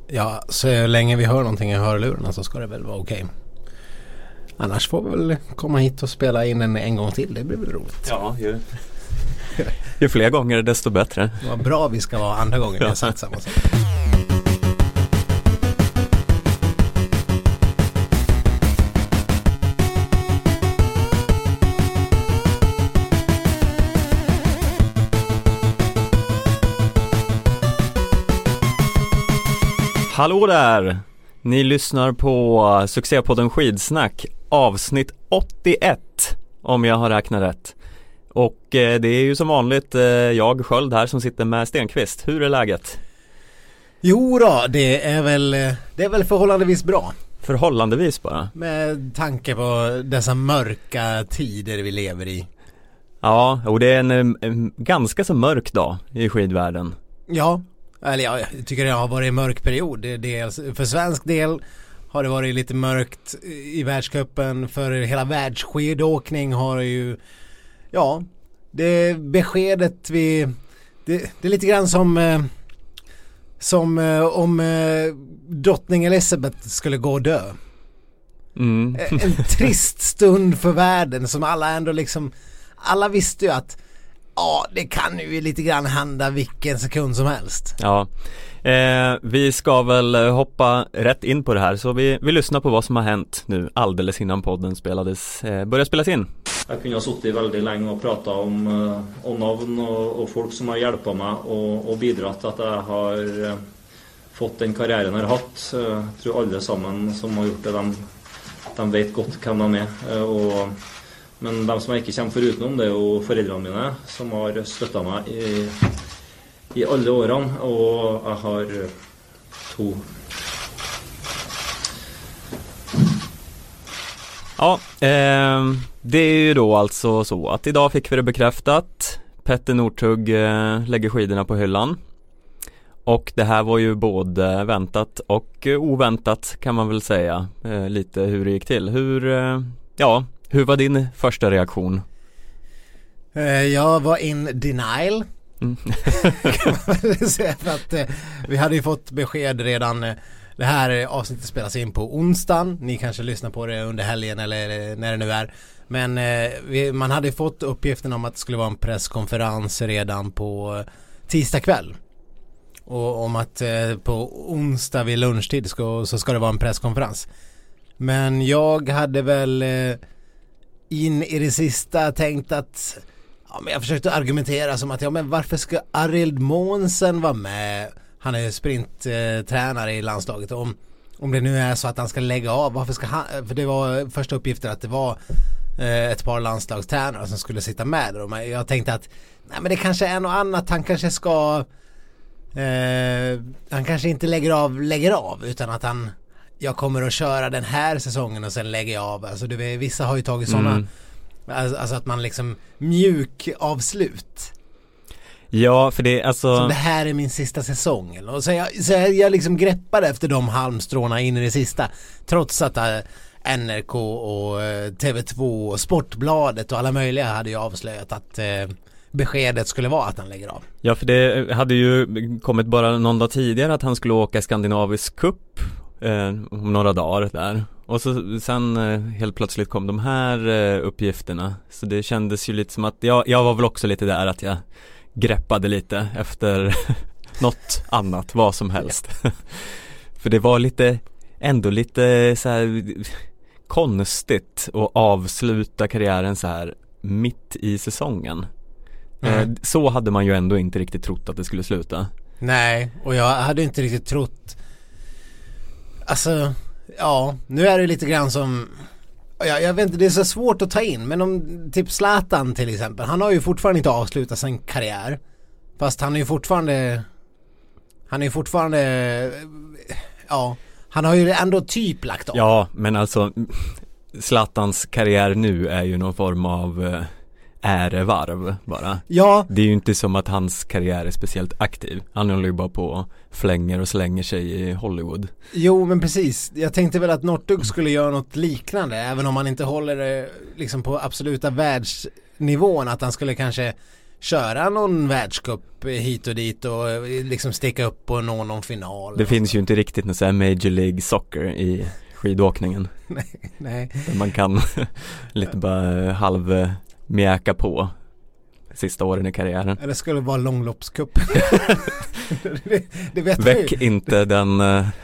Ja, så länge vi hör någonting i hörlurarna så ska det väl vara okej. Annars får vi väl komma hit och spela in en gång till. Det blir väl roligt. Ja, ju fler gånger desto bättre. Vad bra vi ska vara andra gånger vi har sagt samma sak. Hallå där! Ni lyssnar på succépodden Skidsnack, avsnitt 81, om jag har räknat rätt. Och det är ju som vanligt jag, Sköld, här som sitter med Stenqvist. Hur är läget? Jo då, det är väl förhållandevis bra. Förhållandevis bara? Med tanke på dessa mörka tider vi lever i. Ja, och det är en ganska så mörk dag i skidvärlden. Ja. Eller jag tycker det har varit en mörk period. För svensk del har det varit lite mörkt i världscupen. För hela världsskidåkning har ju... Ja, det beskedet det är lite grann som om drottning Elizabeth skulle gå och dö. Mm. En trist stund för världen som alla ändå liksom... Alla visste ju att ja, det kan ju lite grann hända vilken sekund som helst. Ja, vi ska väl hoppa rätt in på det här. Så vi lyssnar på vad som har hänt nu alldeles innan podden började spelas in. Jag kunde ha suttit väldigt länge och prata om navn och folk som har hjälpt mig och bidragit till att jag har fått den karriären jag har haft. Jag tror alla samman som har gjort det, de vet gott kan de är. Men de som jag inte kommer förutom det är ju föräldrarna mina som har stöttat mig i alla åren, och jag har två. Ja, det är ju då alltså så att idag fick vi det bekräftat. Petter Northug lägger skidorna på hyllan. Och det här var ju både väntat och oväntat, kan man väl säga, lite hur det gick till. Hur var din första reaktion? Jag var in denial. Kan man väl säga, för att vi hade ju fått besked redan. Det här avsnittet spelas in på onsdagen. Ni kanske lyssnar på det under helgen eller när det nu är. Men man hade fått uppgiften om att det skulle vara en presskonferens redan på tisdag kväll. Och om att på onsdag vid lunchtid så ska det vara en presskonferens. Men jag hade väl in i det sista tänkt att men jag försökte argumentera som att men varför ska Arild Månsen vara med? Han är ju sprinttränare i landslaget. Om det nu är så att han ska lägga av, varför ska han? För det var första uppgiften att det var ett par landslagstränare som skulle sitta med där. Och jag tänkte att men det kanske är något annat. Han kanske ska han kanske inte lägger av utan att jag kommer att köra den här säsongen och sen lägger jag av. Alltså vissa har ju tagit sådana alltså att man liksom mjuk avslut. Ja, för det alltså... Så det här är min sista säsong. Och så jag liksom greppade efter de halmstråna in i det sista. Trots att NRK och TV2 och Sportbladet och alla möjliga hade ju avslöjat att beskedet skulle vara att han lägger av. Ja, för det hade ju kommit bara någon dag tidigare att han skulle åka Skandinavisk Cup om några dagar där. Och så sen helt plötsligt kom de här uppgifterna. Så det kändes ju lite som att jag var väl också lite där att jag greppade lite efter något annat, vad som helst. För det var ändå lite så här konstigt att avsluta karriären så här mitt i säsongen. Så hade man ju ändå inte riktigt trott att det skulle sluta. Nej, och jag hade inte riktigt trott. Alltså, ja, nu är det lite grann som jag vet inte, det är så svårt att ta in. Men om typ Zlatan till exempel, han har ju fortfarande inte avslutat sin karriär. Fast han är ju fortfarande ja, han har ju ändå typ lagt av. Ja, men alltså Zlatans karriär nu är ju någon form av ärevarv bara. Ja. Det är ju inte som att hans karriär är speciellt aktiv. Han håller ju bara på och flänger och slänger sig i Hollywood. Jo, men precis. Jag tänkte väl att Northug skulle göra något liknande, även om han inte håller det liksom på absoluta världsnivån, att han skulle kanske köra någon världscup hit och dit och liksom sticka upp och nå någon final. Det finns ju inte riktigt någon så här Major League Soccer i skidåkningen. Nej. Man kan lite bara halvmjäka på sista åren i karriären. Det skulle vara långloppscup. det vet Väck inte den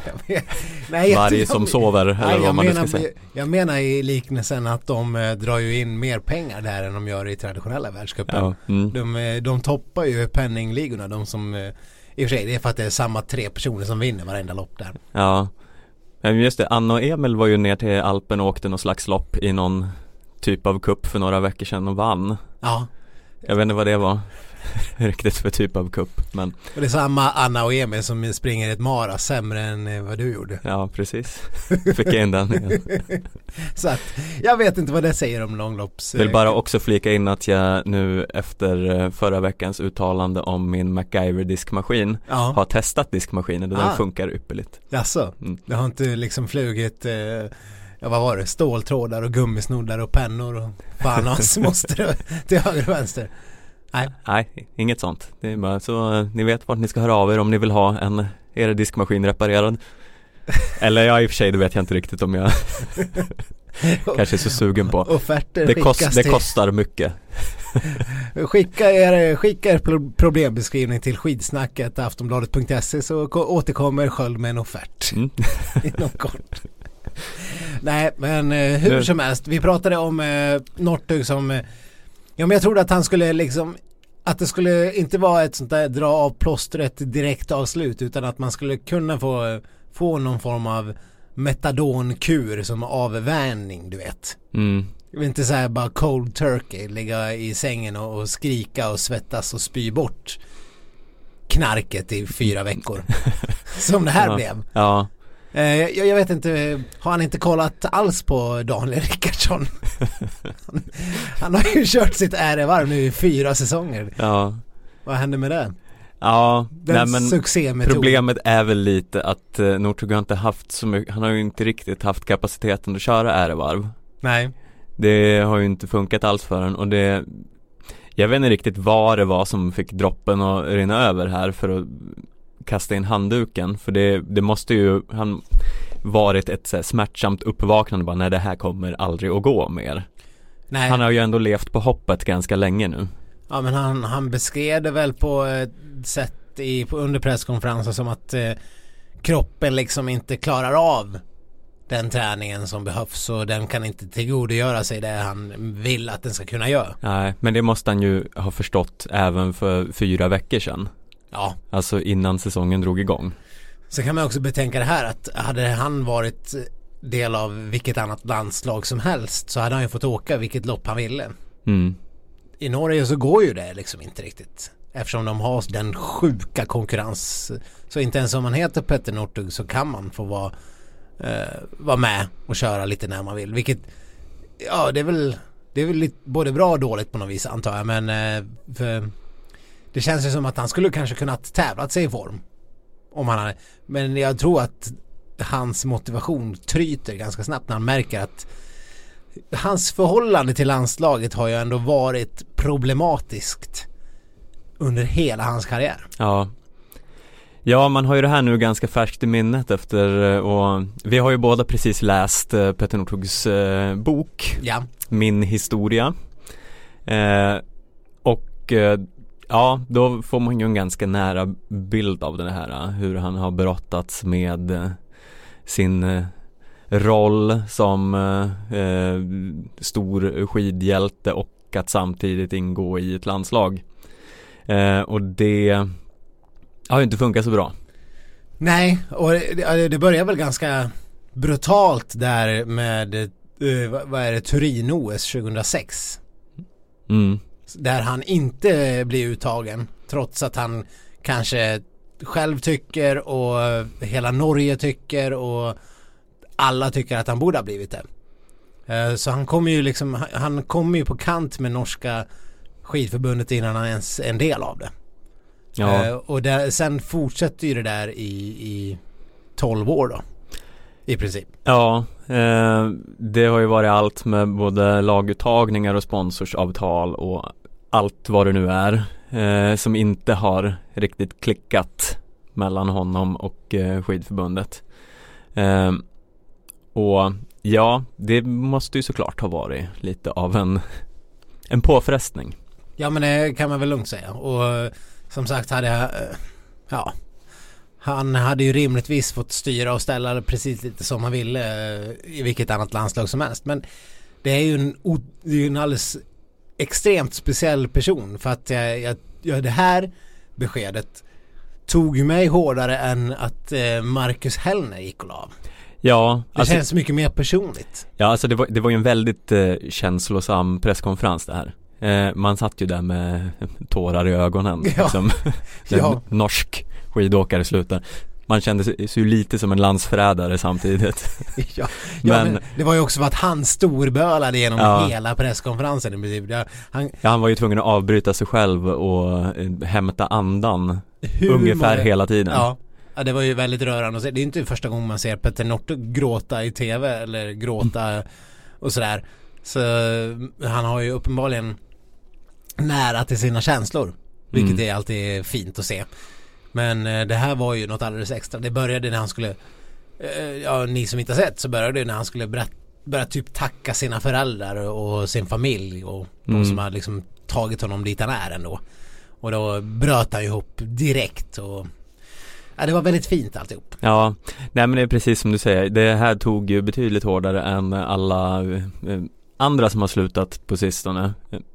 varg som sover. Eller vad man nu ska säga. Jag menar i liknelsen att de drar ju in mer pengar där än de gör i traditionella världscupen. Ja, de toppar ju penningligorna. De som, i och för sig, det är för att det är samma 3 personer som vinner varenda lopp där. Ja, just det. Anna och Emil var ju ner till Alpen och åkte någon slags lopp i någon typ av kupp för några veckor sedan och vann. Ja. Jag vet inte vad det var riktigt för typ av kupp. Men... Och det är samma Anna och Emil som springer ett mara sämre än vad du gjorde. Ja, precis. Fick jag in den igen. Så att, jag vet inte vad det säger om långlopps. Jag vill bara också flika in att jag nu efter förra veckans uttalande om min MacGyver-diskmaskin har testat diskmaskinen och den funkar ypperligt. Jaså? Det har inte liksom flugit... vad var det? Ståltrådar och gummisnoddar och pennor och fan hans måste till höger och vänster. Nej, inget sånt. Det är bara så ni vet vart ni ska höra av er om ni vill ha er diskmaskin reparerad. Eller i och för sig, det vet jag inte riktigt om jag kanske är så sugen på. Offerter det kostar mycket. Skicka er problembeskrivning till skidsnacket aftonbladet.se så återkommer Sköld med en offert inom kort. Nej, men hur som helst. Vi pratade om Northug som... ja, men jag trodde att han skulle liksom... att det skulle inte vara ett sånt där dra av plåstret direkt avslut utan att man skulle kunna få någon form av metadonkur som avvänjning, du vet. Jag vill inte säga bara cold turkey, ligga i sängen och skrika och svettas och spy bort knarket i 4 veckor. Som det här blev. Ja. Jag vet inte, har han inte kollat alls på Daniel Rickardsson? Han har ju kört sitt ärevarv nu i 4 säsonger. Ja. Vad hände med det? Ja, succémetod. Problemet är väl lite att Northug har inte haft så mycket, han har ju inte riktigt haft kapaciteten att köra ärevarv. Nej. Det har ju inte funkat alls för honom och jag vet inte riktigt vad det var som fick droppen att rinna över här för att kasta in handduken, för det måste ju han varit ett så här smärtsamt uppvaknande bara, nej, det här kommer aldrig att gå mer. Nej. Han har ju ändå levt på hoppet ganska länge nu. Ja, men han beskrev det väl på ett sätt under presskonferensen som att kroppen liksom inte klarar av den träningen som behövs och den kan inte tillgodogöra sig det han vill att den ska kunna göra. Nej, men det måste han ju ha förstått även för 4 veckor sedan. Ja. Alltså innan säsongen drog igång. Så kan man också betänka det här att hade han varit del av vilket annat landslag som helst så hade han ju fått åka vilket lopp han ville. I Norge så går ju det liksom inte riktigt. Eftersom de har den sjuka konkurrens. Så inte ens om man heter Petter Northug så kan man få vara med och köra lite när man vill. Vilket, ja, det är väl lite, både bra och dåligt på något vis antar jag. Men för det känns ju som att han skulle kanske kunnat tävlat sig i form. Om han hade. Men jag tror att hans motivation tryter ganska snabbt när han märker att hans förhållande till landslaget har ju ändå varit problematiskt under hela hans karriär. Ja, man har ju det här nu ganska färskt i minnet efter, och vi har ju båda precis läst Petter Northugs bok, Min historia. Ja, då får man ju en ganska nära bild av det här, hur han har brottats med sin roll som stor skidhjälte och att samtidigt ingå i ett landslag. Och det har ju inte funkat så bra. Nej, och det börjar väl ganska brutalt där med vad är det, Turin-OS 2006. Där han inte blir uttagen trots att han kanske själv tycker och hela Norge tycker och alla tycker att han borde ha blivit det. Så han kommer ju på kant med norska skidförbundet innan han ens är en del av det. Och sen fortsätter ju det där i 12 år då. I princip. Ja, det har ju varit allt med både laguttagningar och sponsorsavtal och allt vad det nu är som inte har riktigt klickat mellan honom och skidförbundet. Och ja, det måste ju såklart ha varit lite av en påfrestning. Ja, men det kan man väl lugnt säga. Och som sagt han hade ju rimligtvis fått styra och ställa det precis lite som han ville i vilket annat landslag som helst. Men det är ju en alldeles extremt speciell person, för att det här beskedet tog ju mig hårdare än att Marcus Hellner gick av. Ja, det känns mycket mer personligt. Ja, alltså det var ju en väldigt känslosam presskonferens det här. Man satt ju där med tårar i ögonen liksom. Norsk skidåkare slutar. Man kände sig ju lite som en landsförrädare samtidigt. men det var ju också för att han storbölade genom hela presskonferensen. Han var ju tvungen att avbryta sig själv och hämta andan ungefär hela tiden. Ja, det var ju väldigt rörande att se. Det är inte första gången man ser Petter Northug gråta i tv eller gråta och sådär. Så han har ju uppenbarligen nära till sina känslor, vilket är alltid fint att se. Men det här var ju något alldeles extra. Det började när han skulle ni som inte har sett, så började det när han skulle börja typ tacka sina föräldrar och sin familj och de som har liksom tagit honom dit han är ändå. Och då bröt han ihop direkt och det var väldigt fint alltihop. Ja, nej men det är precis som du säger. Det här tog ju betydligt hårdare än alla andra som har slutat på sistone.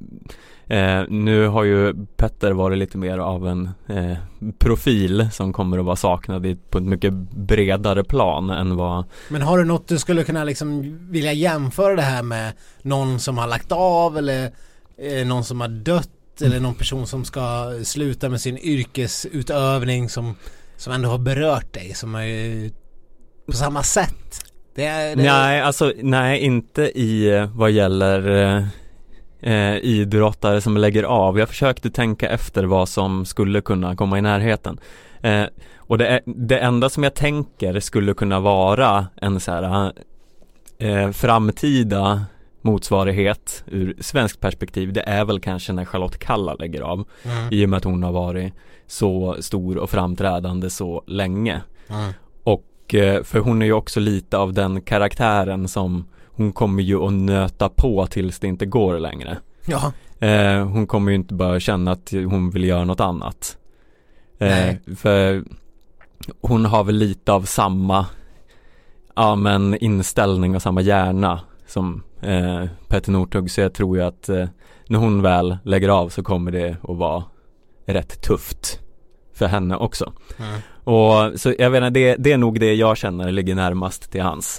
Nu har ju Petter varit lite mer av en profil som kommer att vara saknad på ett mycket bredare plan än vad... Men har du något du skulle kunna liksom vilja jämföra det här med någon som har lagt av eller någon som har dött eller någon person som ska sluta med sin yrkesutövning som ändå har berört dig, som är på samma sätt? Nej, inte i vad gäller idrottare som lägger av. Jag försökte tänka efter vad som skulle kunna komma i närheten. Och det enda som jag tänker skulle kunna vara en så här framtida motsvarighet ur svensk perspektiv, det är väl kanske när Charlotte Kalla lägger av, i och med att hon har varit så stor och framträdande så länge. Och för hon är ju också lite av den karaktären som hon kommer ju att nöta på tills det inte går längre. Ja. Hon kommer ju inte bara känna att hon vill göra något annat. För hon har väl lite av samma inställning och samma hjärna som Petter Northug, så jag tror ju att när hon väl lägger av så kommer det att vara rätt tufft för henne också. Och så jag vet inte, det är nog det jag känner ligger närmast till hans.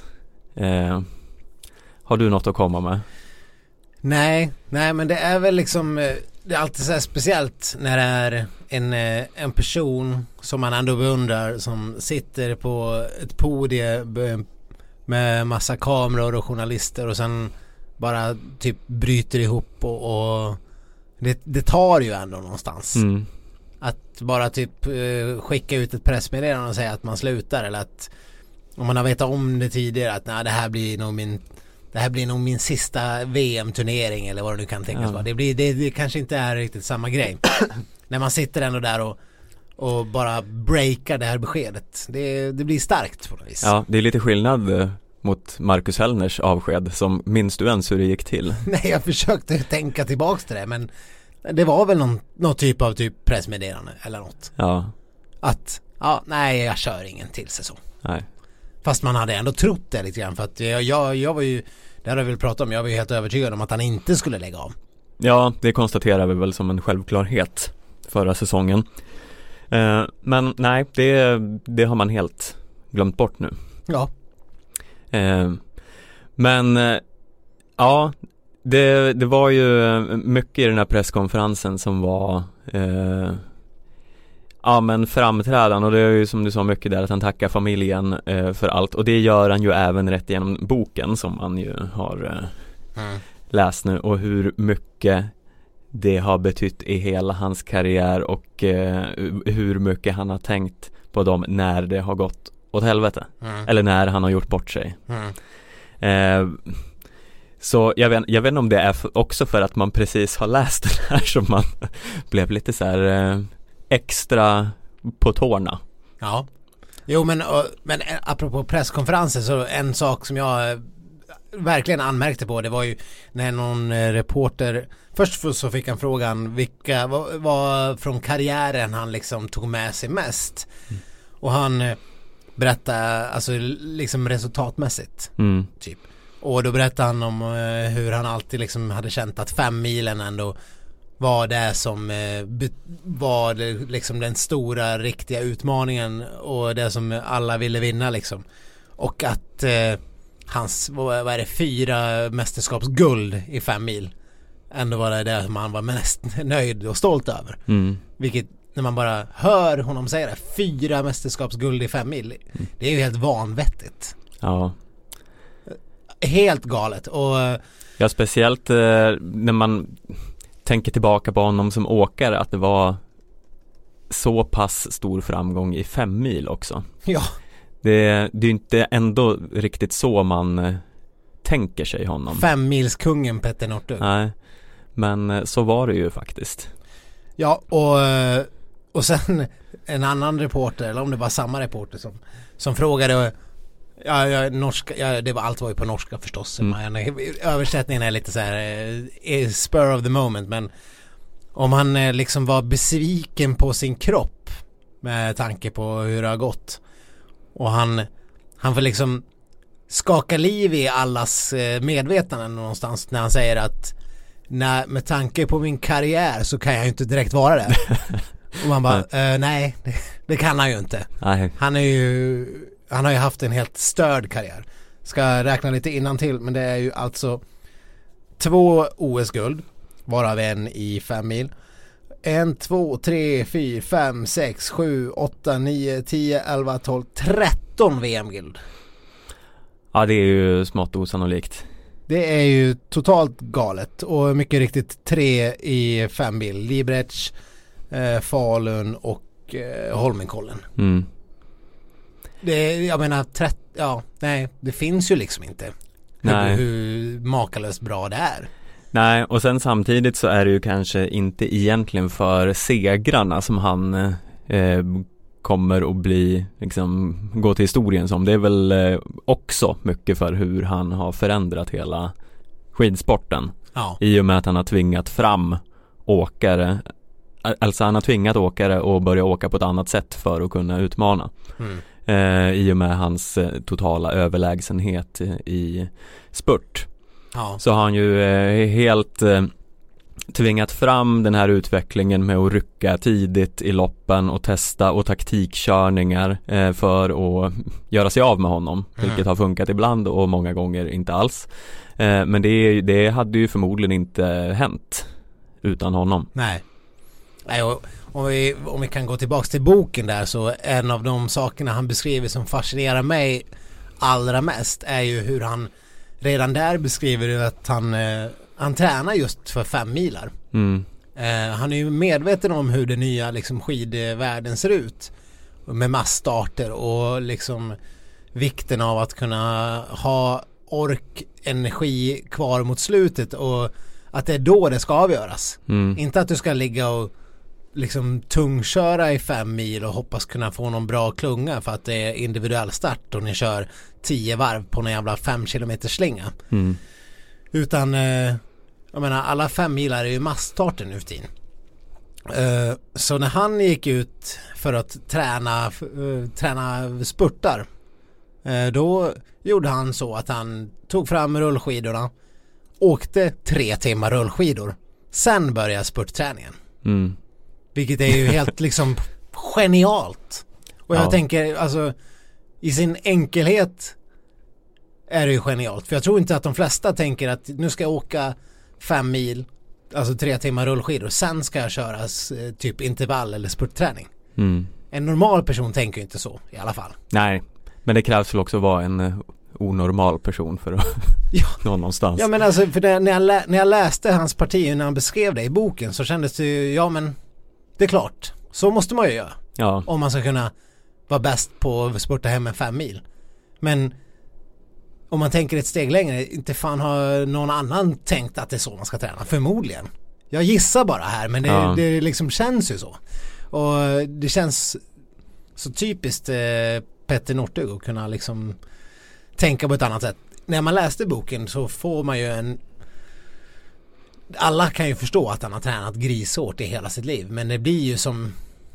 Har du något att komma med? Nej, men det är väl liksom, det är alltid så här speciellt när det är en person som man ändå beundrar, som sitter på ett podium med massa kameror och journalister och sen bara typ bryter ihop och det tar ju ändå någonstans. Att bara typ skicka ut ett pressmeddelande och säga att man slutar, eller att om man har vetat om det tidigare att det här blir nog min sista VM-turnering eller vad det nu kan tänkas vara. Det kanske inte är riktigt samma grej. När man sitter ändå där och bara breakar det här beskedet. Det blir starkt på något vis. Ja, det är lite skillnad mot Marcus Hellners avsked. Som minns du ens hur det gick till? Nej, jag försökte tänka tillbaks till det, men det var väl någon typ av pressmeddelande eller något. Ja. Att, nej, jag kör ingen till säsong. Nej. Fast man hade ändå trott det lite grann, för att jag var ju, det har jag väl pratat om, jag var ju helt övertygad om att han inte skulle lägga av. Ja, det konstaterar vi väl som en självklarhet förra säsongen. Men nej, det har man helt glömt bort nu. Ja. Men ja, det var ju mycket i den här presskonferensen som var men framträdande, och det är ju som du sa mycket där att han tackar familjen för allt, och det gör han ju även rätt genom boken som man ju har läst nu, och hur mycket det har betytt i hela hans karriär och hur mycket han har tänkt på dem när det har gått åt helvete eller när han har gjort bort sig. Så jag vet inte om det är också för att man precis har läst den här som man blev lite så här extra på tårna. Ja. Jo, men apropå presskonferenser, så en sak som jag verkligen anmärkte på, det var ju när någon reporter först så fick han frågan vilka var från karriären han liksom tog med sig mest. Och han berättade alltså liksom resultatmässigt typ. Och då berättade han om hur han alltid liksom hade känt att 5 milen ändå var det som var liksom den stora riktiga utmaningen och det som alla ville vinna liksom. Och att hans, vad är det, 4 mästerskapsguld i 5 mil ändå var det som han var mest nöjd och stolt över. Vilket, när man bara hör honom säga det, 4 mästerskapsguld i 5 mil, det är ju helt vanvettigt. Ja. Helt galet. Och ja, speciellt när man tänker tillbaka på honom som åkare, att det var så pass stor framgång i 5 mil också. Ja. Det är inte ändå riktigt så man tänker sig honom. 5-milskungen Petter Northug. Nej, men så var det ju faktiskt. Ja, och sen en annan reporter, eller om det var samma reporter som frågade, norska, det var, allt var ju på norska förstås. Översättningen är lite så här spur of the moment, men om han liksom var besviken på sin kropp med tanke på hur det har gått, och han får liksom skaka liv i allas medvetande någonstans när han säger att med tanke på min karriär så kan jag ju inte direkt vara det. Och man bara, nej, det kan han ju inte. Nej. Han har ju haft en helt störd karriär. Ska räkna lite innantill, men det är ju alltså 2 OS-guld, varav en i 5 mil. 1, 2, 3, 4, 5, 6, 7, 8, 9, 10, 11, 12, 13 VM-guld. Ja, det är ju smått osannolikt. Det är ju totalt galet, och mycket riktigt 3 i 5 mil. Liebrecht, Falun och Holmenkollen. Jag menar, det finns ju liksom inte hur makalöst bra det är. Nej, och sen samtidigt så är det ju kanske inte egentligen för segrarna som han kommer att bli, liksom, gå till historien som. Det är väl också mycket för hur han har förändrat hela skidsporten. Ja. I och med att han har tvingat fram åkare. Alltså han har tvingat åkare att börja åka på ett annat sätt för att kunna utmana. I och med hans totala överlägsenhet i spurt. Ja. Så har han ju helt tvingat fram den här utvecklingen med att rycka tidigt i loppen och testa och taktikkörningar för att göra sig av med honom, vilket har funkat ibland och många gånger inte alls. Men det hade ju förmodligen inte hänt utan honom. Nej, om vi kan gå tillbaka till boken där, så en av de sakerna han beskriver som fascinerar mig allra mest är ju hur han redan där beskriver att han tränar just för 5 milar. Han är ju medveten om hur det nya liksom skidvärlden ser ut med massstarter och liksom vikten av att kunna ha energi kvar mot slutet, och att det är då det ska avgöras. Inte att du ska ligga och liksom tungköra i 5 mil och hoppas kunna få någon bra klunga för att det är individuell start och ni kör 10 varv på en jävla 5 kilometer slinga. Utan jag menar, alla 5 milar är ju massstarten nu för tiden. Så när han gick ut för att träna spurtar, då gjorde han så att han tog fram rullskidorna, åkte 3 timmar rullskidor, sen började spurtträningen. Vilket är ju helt liksom genialt. Och jag tänker, alltså, i sin enkelhet är det ju genialt. För jag tror inte att de flesta tänker att nu ska jag åka 5 mil, alltså 3 timmar rullskidor, sen ska jag köra typ intervall eller spurtträning. En normal person tänker ju inte så i alla fall. Nej, men det krävs väl också vara en onormal person för att nå någonstans. Ja, men alltså, för när jag läste hans parti, när han beskrev det i boken, så kändes det ju, ja men det är klart, så måste man ju göra. Ja. Om man ska kunna vara bäst på att spurta hem en 5 mil. Men om man tänker ett steg längre, inte fan har någon annan tänkt att det är så man ska träna, förmodligen. Jag gissar bara här, men det liksom känns ju så. Och det känns så typiskt Petter Northug att kunna liksom tänka på ett annat sätt. När man läste boken så får man ju alla kan ju förstå att han har tränat grisårt i hela sitt liv, men det blir ju som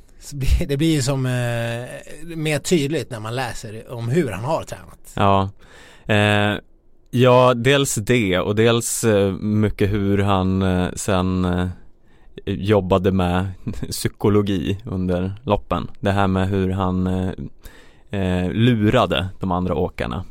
mer tydligt när man läser om hur han har tränat. Ja, ja, dels det och dels mycket hur han sen jobbade med psykologi under loppen. Det här med hur han lurade de andra åkarna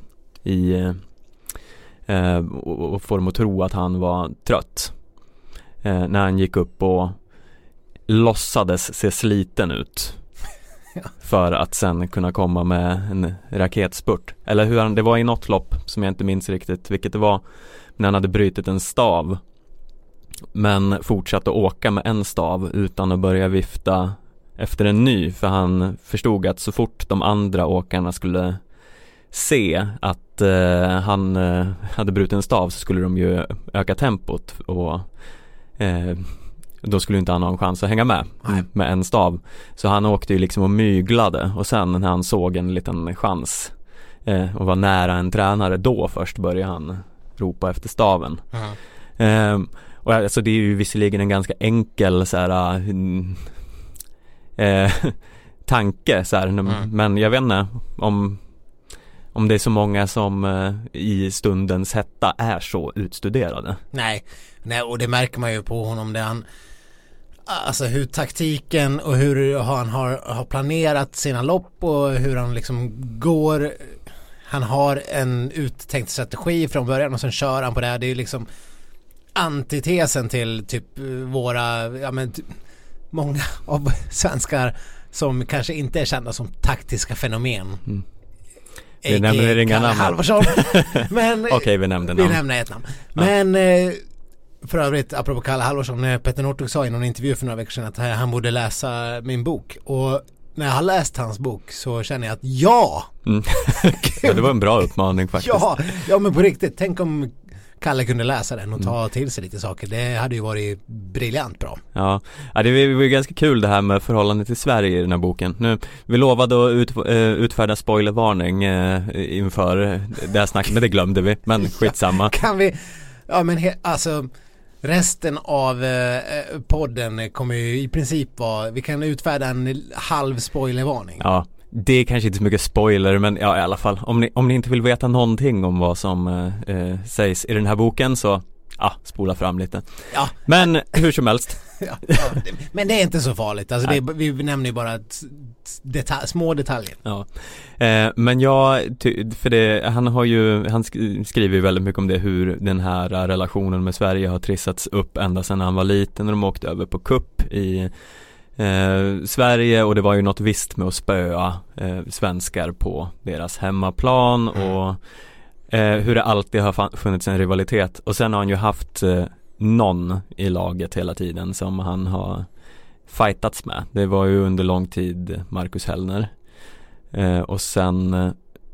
och får dem att tro att han var trött. När han gick upp och låtsades se sliten ut för att sen kunna komma med en raketspurt. Eller hur det var i något lopp som jag inte minns riktigt vilket det var, när han hade brytit en stav men fortsatte åka med en stav utan att börja vifta efter en ny, för han förstod att så fort de andra åkarna skulle se att han hade brutit en stav så skulle de ju öka tempot och då skulle inte han ha en chans att hänga med en stav. Så han åkte ju liksom och myglade, och sen när han såg en liten chans och var nära en tränare, då först började han ropa efter staven. Och alltså det är ju visserligen en ganska enkel så här, tanke så här, men jag vet inte om det är så många som i stundens hetta är så utstuderade. Nej, och det märker man ju på honom, det alltså hur taktiken och hur han har planerat sina lopp och hur han liksom går. Han har en uttänkt strategi från början och sen kör han på det. Det är ju liksom antitesen till typ våra, många av svenskar som kanske inte är kända som taktiska fenomen. Vi nämner inga namn. Halvarsson. Men okej, vi nämnde namn. Vi nämner ett namn. Men för övrigt, apropå Kalle Halvarsson, Petter Northug sa i någon intervju för några veckor sedan att han borde läsa min bok. Och när jag har läst hans bok så känner jag att ja, det var en bra uppmaning faktiskt. Ja, men på riktigt, tänk om Kalle kunde läsa den och ta till sig lite saker. Det hade ju varit briljant bra. Ja, det var ju ganska kul det här med förhållandet till Sverige i den här boken. Nu, vi lovade att utfärda spoilervarning inför det här snacket, men det glömde vi. Men skitsamma. Kan vi, alltså resten av podden kommer ju i princip vara, vi kan utfärda en halv spoilervarning. Ja. Det är kanske inte så mycket spoiler, men ja, i alla fall om ni inte vill veta någonting om vad som sägs i den här boken, så spola fram lite. Ja. Men hur som helst. Men det är inte så farligt. Alltså vi nämner ju bara små detaljer. Ja. Men han skriver ju väldigt mycket om det, hur den här relationen med Sverige har trissats upp ända sedan han var liten, när de åkte över på cup i Sverige, och det var ju något visst med att spöa svenskar på deras hemmaplan och hur det alltid har funnits en rivalitet. Och sen har han ju haft någon i laget hela tiden som han har fightats med. Det var ju under lång tid Marcus Hellner, och sen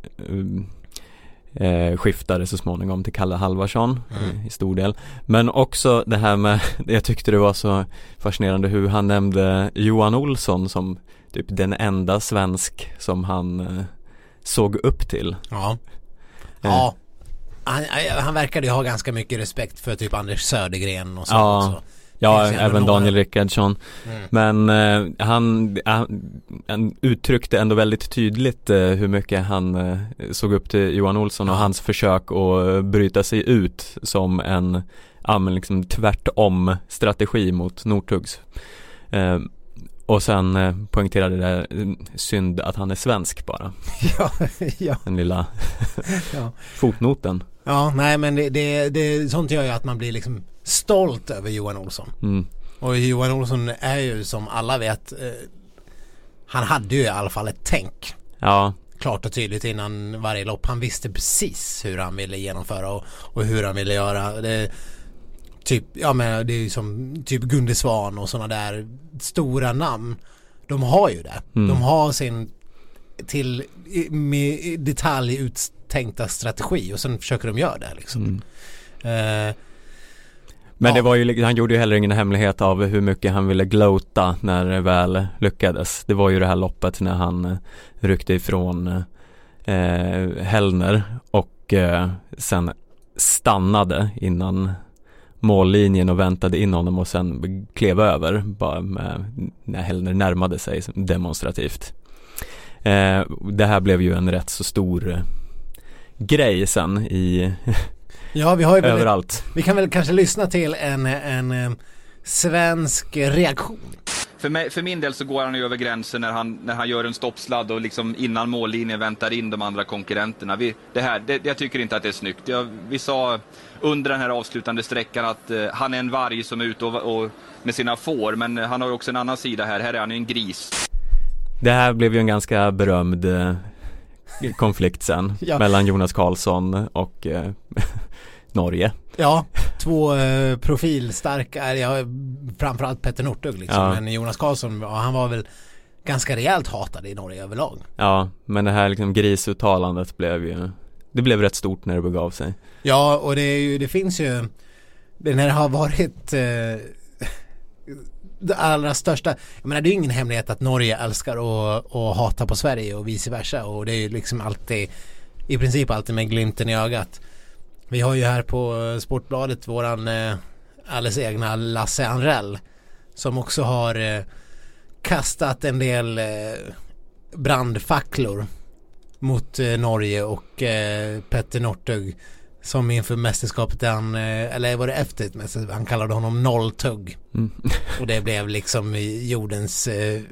skiftade så småningom till Kalle Halvarsson i stor del. Men också det här med, jag tyckte det var så fascinerande hur han nämnde Johan Olsson som typ den enda svensk som han såg upp till. Ja. Han verkade ju ha ganska mycket respekt för typ Anders Södergren och så också. Ja, även Daniel Rickardsson. Men han uttryckte ändå väldigt tydligt hur mycket han såg upp till Johan Olsson och hans försök att bryta sig ut som en liksom tvärtom strategi mot Northugs. Och sen poängterade det synd att han är svensk bara. Ja. Den lilla fotnoten. Ja, nej, men det sånt gör ju att man blir liksom stolt över Johan Olsson. Och Johan Olsson är ju, som alla vet, han hade ju i alla fall ett tänk. Ja. Klart och tydligt innan varje lopp. Han visste precis hur han ville genomföra och hur han ville göra. Det är ju som typ Gunde Svan och såna där stora namn. De har ju det. De har sin med detalj tänkta strategi och sen försöker de göra det liksom. Men det var ju, han gjorde ju heller ingen hemlighet av hur mycket han ville gloata när det väl lyckades. Det var ju det här loppet när han ryckte ifrån Hellner och sen stannade innan mållinjen och väntade in honom och sen klev över bara när Hellner närmade sig demonstrativt. Det här blev ju en rätt så stor grej sen i vi har ju överallt. Vi kan väl kanske lyssna till en svensk reaktion. För min del så går han över gränsen när han gör en stoppsladd och liksom innan mållinjen väntar in de andra konkurrenterna. Jag tycker inte att det är snyggt. Vi sa under den här avslutande sträckan att han är en varg som är ute och med sina får, men han har ju också en annan sida här. Här är han ju en gris. Det här blev ju en ganska berömd konflikt sen mellan Jonas Karlsson och Norge. Ja, två profilstarka, framförallt Petter Northug liksom, men Jonas Karlsson, han var väl ganska rejält hatad i Norge överlag. Ja, men det här liksom grisuttalandet blev rätt stort när det begav sig. Ja, och det finns ju, när det har varit det allra största, jag menar det är ju ingen hemlighet att Norge älskar att hata på Sverige och vice versa, och det är ju liksom alltid, i princip alltid med glimten i ögat. Vi har ju här på Sportbladet våran alldeles egna Lasse Anrell som också har kastat en del brandfacklor mot Norge och Petter Northug som inför mästerskapet eller var det efter ett mästerskap, han kallade honom Nolltugg. Och det blev liksom jordens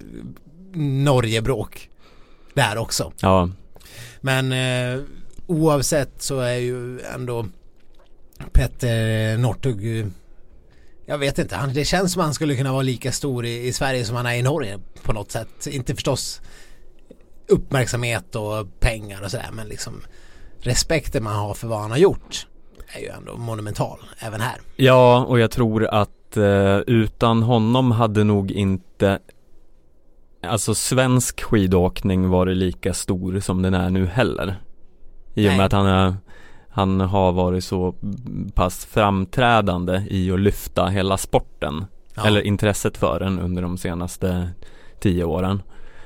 Norgebråk där också. Ja. Men oavsett så är ju ändå Petter Northug, jag vet inte, det känns som han skulle kunna vara lika stor i Sverige som han är i Norge på något sätt. Inte förstås uppmärksamhet och pengar och sådär, men liksom respekten man har för vad han har gjort är ju ändå monumental även här. Ja, och jag tror att utan honom hade nog inte alltså svensk skidåkning varit lika stor som den är nu heller. I och med att han har varit så pass framträdande i att lyfta hela sporten eller intresset för den under de senaste 10 åren.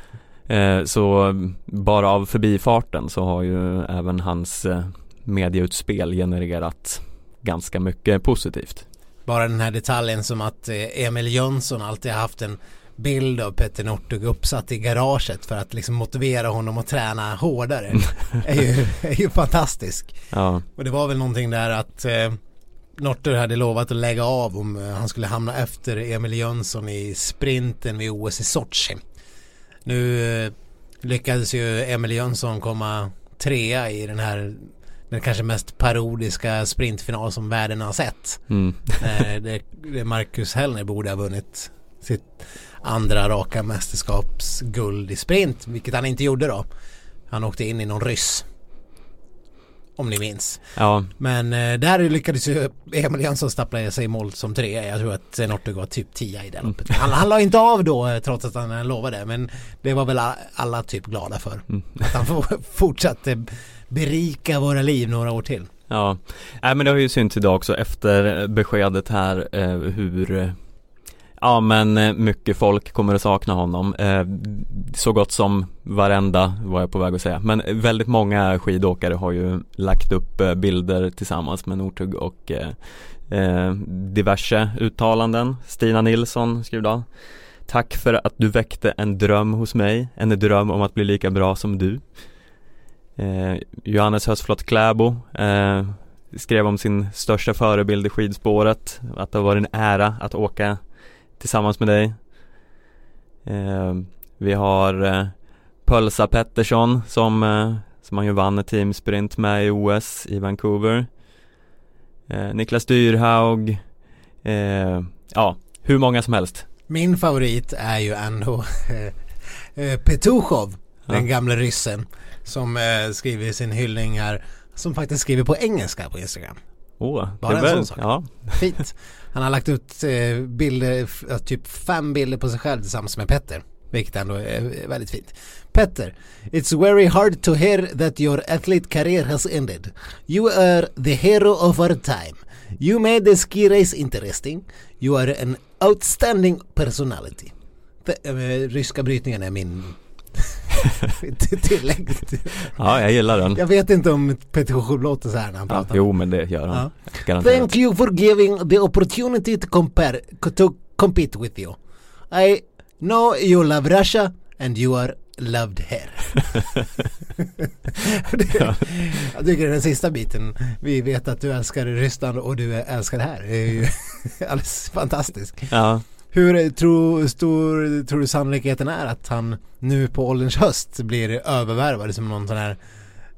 Så bara av förbifarten så har ju även hans medieutspel genererat ganska mycket positivt. Bara den här detaljen som att Emil Jönsson alltid har haft en bild av Petter Northug uppsatt i garaget för att liksom motivera honom att träna hårdare är ju fantastisk. Ja. Och det var väl någonting där att Northug hade lovat att lägga av om han skulle hamna efter Emil Jönsson i sprinten vid OS i Sochi. Nu lyckades ju Emil Jönsson komma 3 i den kanske mest parodiska sprintfinal som världen har sett. Det Marcus Hellner borde ha vunnit sitt andra raka mästerskapsguld i sprint, vilket han inte gjorde då. Han åkte in i någon ryss, om ni minns. Ja. Men där lyckades ju Emil Jönsson stappla sig i mål som 3. Jag tror att Northug var typ 10 i det loppet. Han la inte av då trots att han lovade, men det var väl alla typ glada för. Att han fortsatte berika våra liv några år till. Ja, men det har ju synts idag också efter beskedet här hur mycket folk kommer att sakna honom. Så gott som varenda, var jag på väg att säga. Men väldigt många skidåkare har ju lagt upp bilder tillsammans med Northug och diverse uttalanden. Stina Nilsson skrev då: tack för att du väckte en dröm hos mig. En dröm om att bli lika bra som du. Johannes Hösflot Kläbo skrev om sin största förebild i skidspåret, att det var en ära att åka tillsammans med dig. Vi har Pölsa Pettersson som han ju vann ett teamsprint med i OS i Vancouver. Niklas Dyrhaug. Hur många som helst. Min favorit är ju ändå Petuchov, den gamla ryssen som skriver sin hyllning här, som faktiskt skriver på engelska på Instagram. Bara en sån sak. Ja. Fint. Han har lagt ut bilder, typ 5 bilder på sig själv tillsammans med Petter. Vilket ändå är väldigt fint. Petter, it's very hard to hear that your athlete career has ended. You are the hero of our time. You made the ski race interesting. You are an outstanding personality. Ryska brytningen är min tillägg. Ja, jag gillar den. Jag vet inte om Petter Sjöholm låter så här när han pratar. Jo, men det gör han. Ja. Thank you for giving the opportunity to compete with you. I know you love Russia and you are loved here. Jag tycker den sista biten, vi vet att du älskar Ryssland och du älskar det här. Det är ju alldeles fantastiskt. Ja. Hur tror du sannolikheten är att han nu på ålderns höst blir övervärvad som någon sån här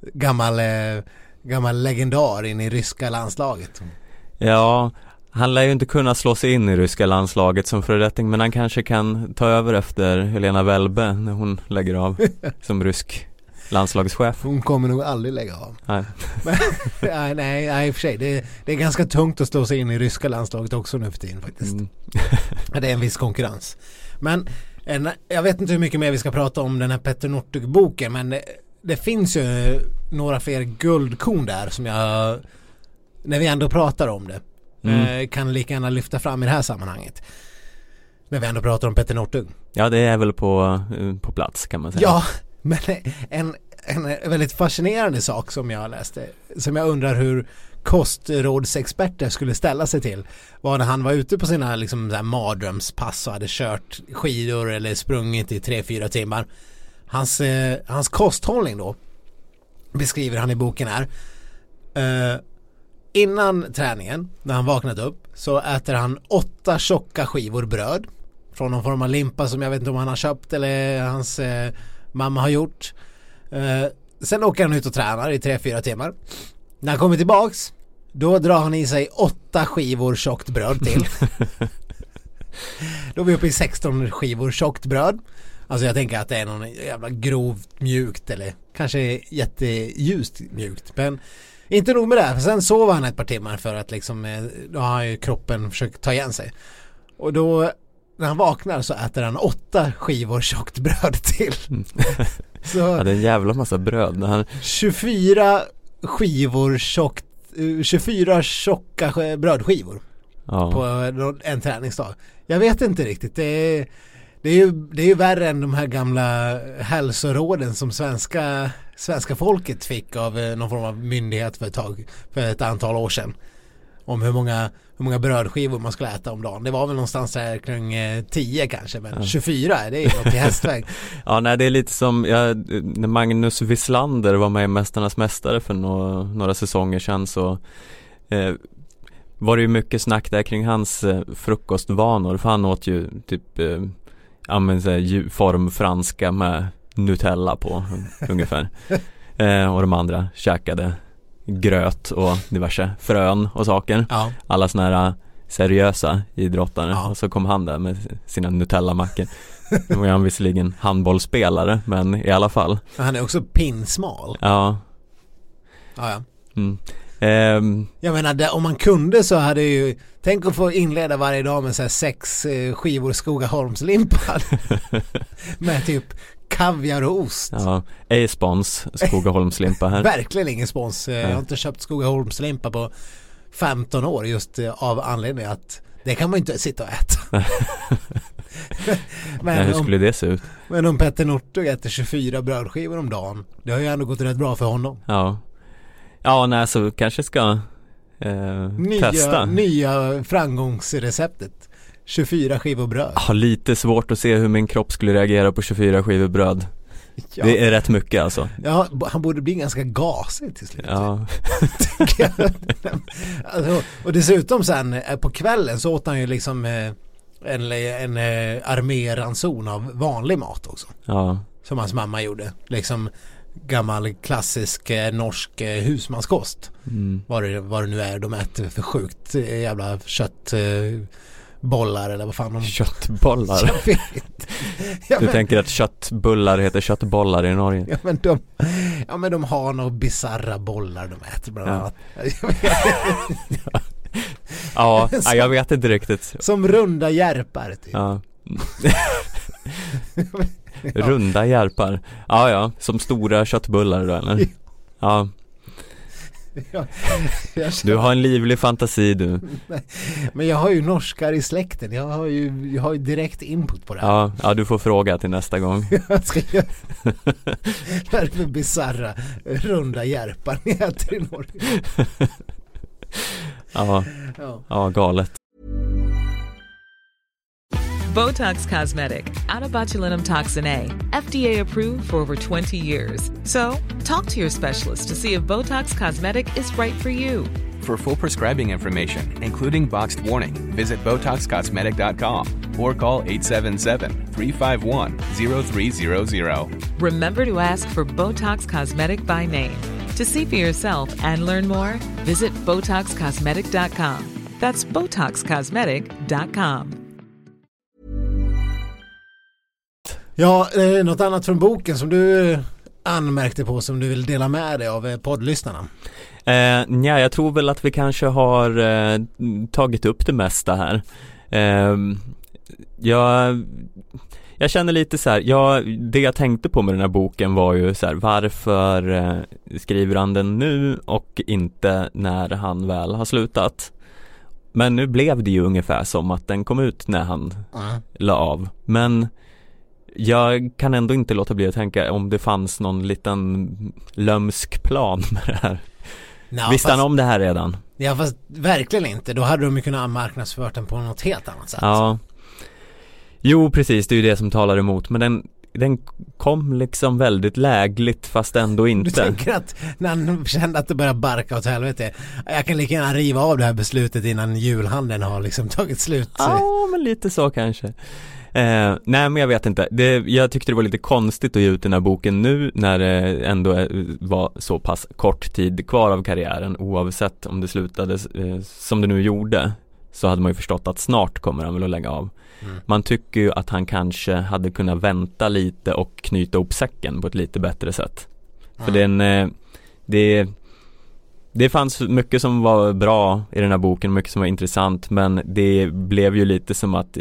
gammal legendar in i ryska landslaget? Ja, han lär ju inte kunna slå sig in i ryska landslaget som föredetting, men han kanske kan ta över efter Helena Welbe när hon lägger av som rysk landslagschef. Hon kommer nog aldrig lägga av. Nej. Men, nej, i och för sig. Det är ganska tungt att slå sig in i ryska landslaget också nu för tiden faktiskt. Det är en viss konkurrens. Men jag vet inte hur mycket mer vi ska prata om den här Petter Northug-boken, men det finns ju några fler guldkorn där som jag, när vi ändå pratar om det, kan lika gärna lyfta fram i det här sammanhanget. När vi ändå pratar om Petter Northug. Ja, det är väl på plats kan man säga. Ja, men en väldigt fascinerande sak som jag läste, som jag undrar hur kostrådsexperter skulle ställa sig till, var när han var ute på sina liksom, mardrömspass och hade kört skidor eller sprungit i 3-4 timmar. Hans kosthållning då beskriver han i boken här. Innan träningen, när han vaknat upp, så äter han 8 tjocka skivor bröd från någon form av limpa som jag vet inte om han har köpt eller hans mamma har gjort. Sen åker han ut och tränar i 3-4 timmar. När han kommer tillbaks, då drar han i sig 8 skivor tjockt bröd till. Då är vi uppe i 16 skivor tjockt bröd. Alltså jag tänker att det är någon jävla grovt mjukt eller kanske jätteljust mjukt. Men inte nog med det. För sen sover han ett par timmar för att liksom, då har ju kroppen försökt ta igen sig. Och då när han vaknar så äter han 8 skivor tjockt bröd till. Så, ja, det är en jävla massa bröd. När han... 24 skivor tjockt, 24 tjocka brödskivor på en träningsdag. Jag vet inte riktigt. Det är ju värre än de här gamla hälsoråden som svenska folket fick av någon form av myndighet för ett antal år sedan. Om hur många brödskivor man skulle äta om dagen. Det var väl någonstans där kring 10 kanske, men 24 det är något i hästväg. Ja, nej, det är lite som när Magnus Wislander var med i Mästarnas mästare för några säsonger sedan, så var det ju mycket snack där kring hans frukostvanor, för han åt ju typ form franska med Nutella på ungefär. Och de andra käkade gröt och diverse frön och saker. Ja. Alla såna här seriösa idrottare. Ja. Och så kom han där med sina Nutella-mackor. Nu var han visserligen handbollsspelare, men i alla fall. Han är också pinsmal. Ja. Ja. Jag menar, om man kunde så hade ju, tänk att få inleda varje dag med så här 6 skivor Skogaholmslimpa med typ kaviar och ost. Ja, ej spons Skogaholmslimpa här. Verkligen ingen spons. Jag har inte köpt Skogaholmslimpa på 15 år just av anledning att det kan man inte sitta och äta. Men hur skulle det se ut? Men om Petter Northug äter 24 brödskivor om dagen, det har ju ändå gått rätt bra för honom. Ja, nej, så kanske ska testa. Nya framgångsreceptet. 24 skivor bröd. Jag har lite svårt att se hur min kropp skulle reagera på 24 skivor bröd. Ja. Det är rätt mycket alltså. Ja, han borde bli ganska gasig till slut. Ja. Alltså, och dessutom sen på kvällen så åt han ju liksom en arméranson av vanlig mat också. Ja. Som hans mamma gjorde. Liksom gammal klassisk norsk husmanskost. Vad det nu är de äter för sjukt jävla köttbollar eller vad fan de... Köttbollar? Du tänker att köttbullar heter köttbollar i Norge? Ja men de har några bizarra bollar de äter bland annat. Ja, jag vet inte riktigt. Som runda järpar typ. Ja. Runda järpar. Ja, som stora köttbullar då, eller? Ja. Du har en livlig fantasi, du. Men jag har ju norskar i släkten. Jag har ju direkt input på det här. Ja, du får fråga till nästa gång. Jag ska göra. Det är för bizarra runda järpar ni äter i Norge. Ja, galet. Botox Cosmetic, out of botulinum toxin A, FDA approved for over 20 years. So, talk to your specialist to see if Botox Cosmetic is right for you. For full prescribing information, including boxed warning, visit BotoxCosmetic.com or call 877-351-0300. Remember to ask for Botox Cosmetic by name. To see for yourself and learn more, visit BotoxCosmetic.com. That's BotoxCosmetic.com. Ja, något annat från boken som du anmärkte på som du vill dela med dig av poddlyssnarna? Jag tror väl att vi kanske har tagit upp det mesta här. Jag känner lite så här, det jag tänkte på med den här boken var ju så här, varför skriver han den nu och inte när han väl har slutat? Men nu blev det ju ungefär som att den kom ut när han la av. Men jag kan ändå inte låta bli att tänka om det fanns någon liten lömsk plan med det här. Visste han om det här redan? Ja, fast verkligen inte. Då hade de ju kunnat marknadsfört den på något helt annat sätt. Ja. Jo, precis. Det är ju det som talar emot. Men den kom liksom väldigt lägligt fast ändå inte. Du tänker att när han kände att det började barka åt helvete, jag kan lika gärna riva av det här beslutet innan julhandeln har liksom tagit slut. Ja, men lite så kanske. Nej, men jag vet inte. Jag tyckte det var lite konstigt att ge ut den här boken nu när det ändå var så pass kort tid kvar av karriären. Oavsett om det slutade som det nu gjorde, så hade man ju förstått att snart kommer han väl att lägga av. Man tycker ju att han kanske hade kunnat vänta lite och knyta ihop säcken på ett lite bättre sätt. För det fanns mycket som var bra i den här boken, mycket som var intressant, men det blev ju lite som att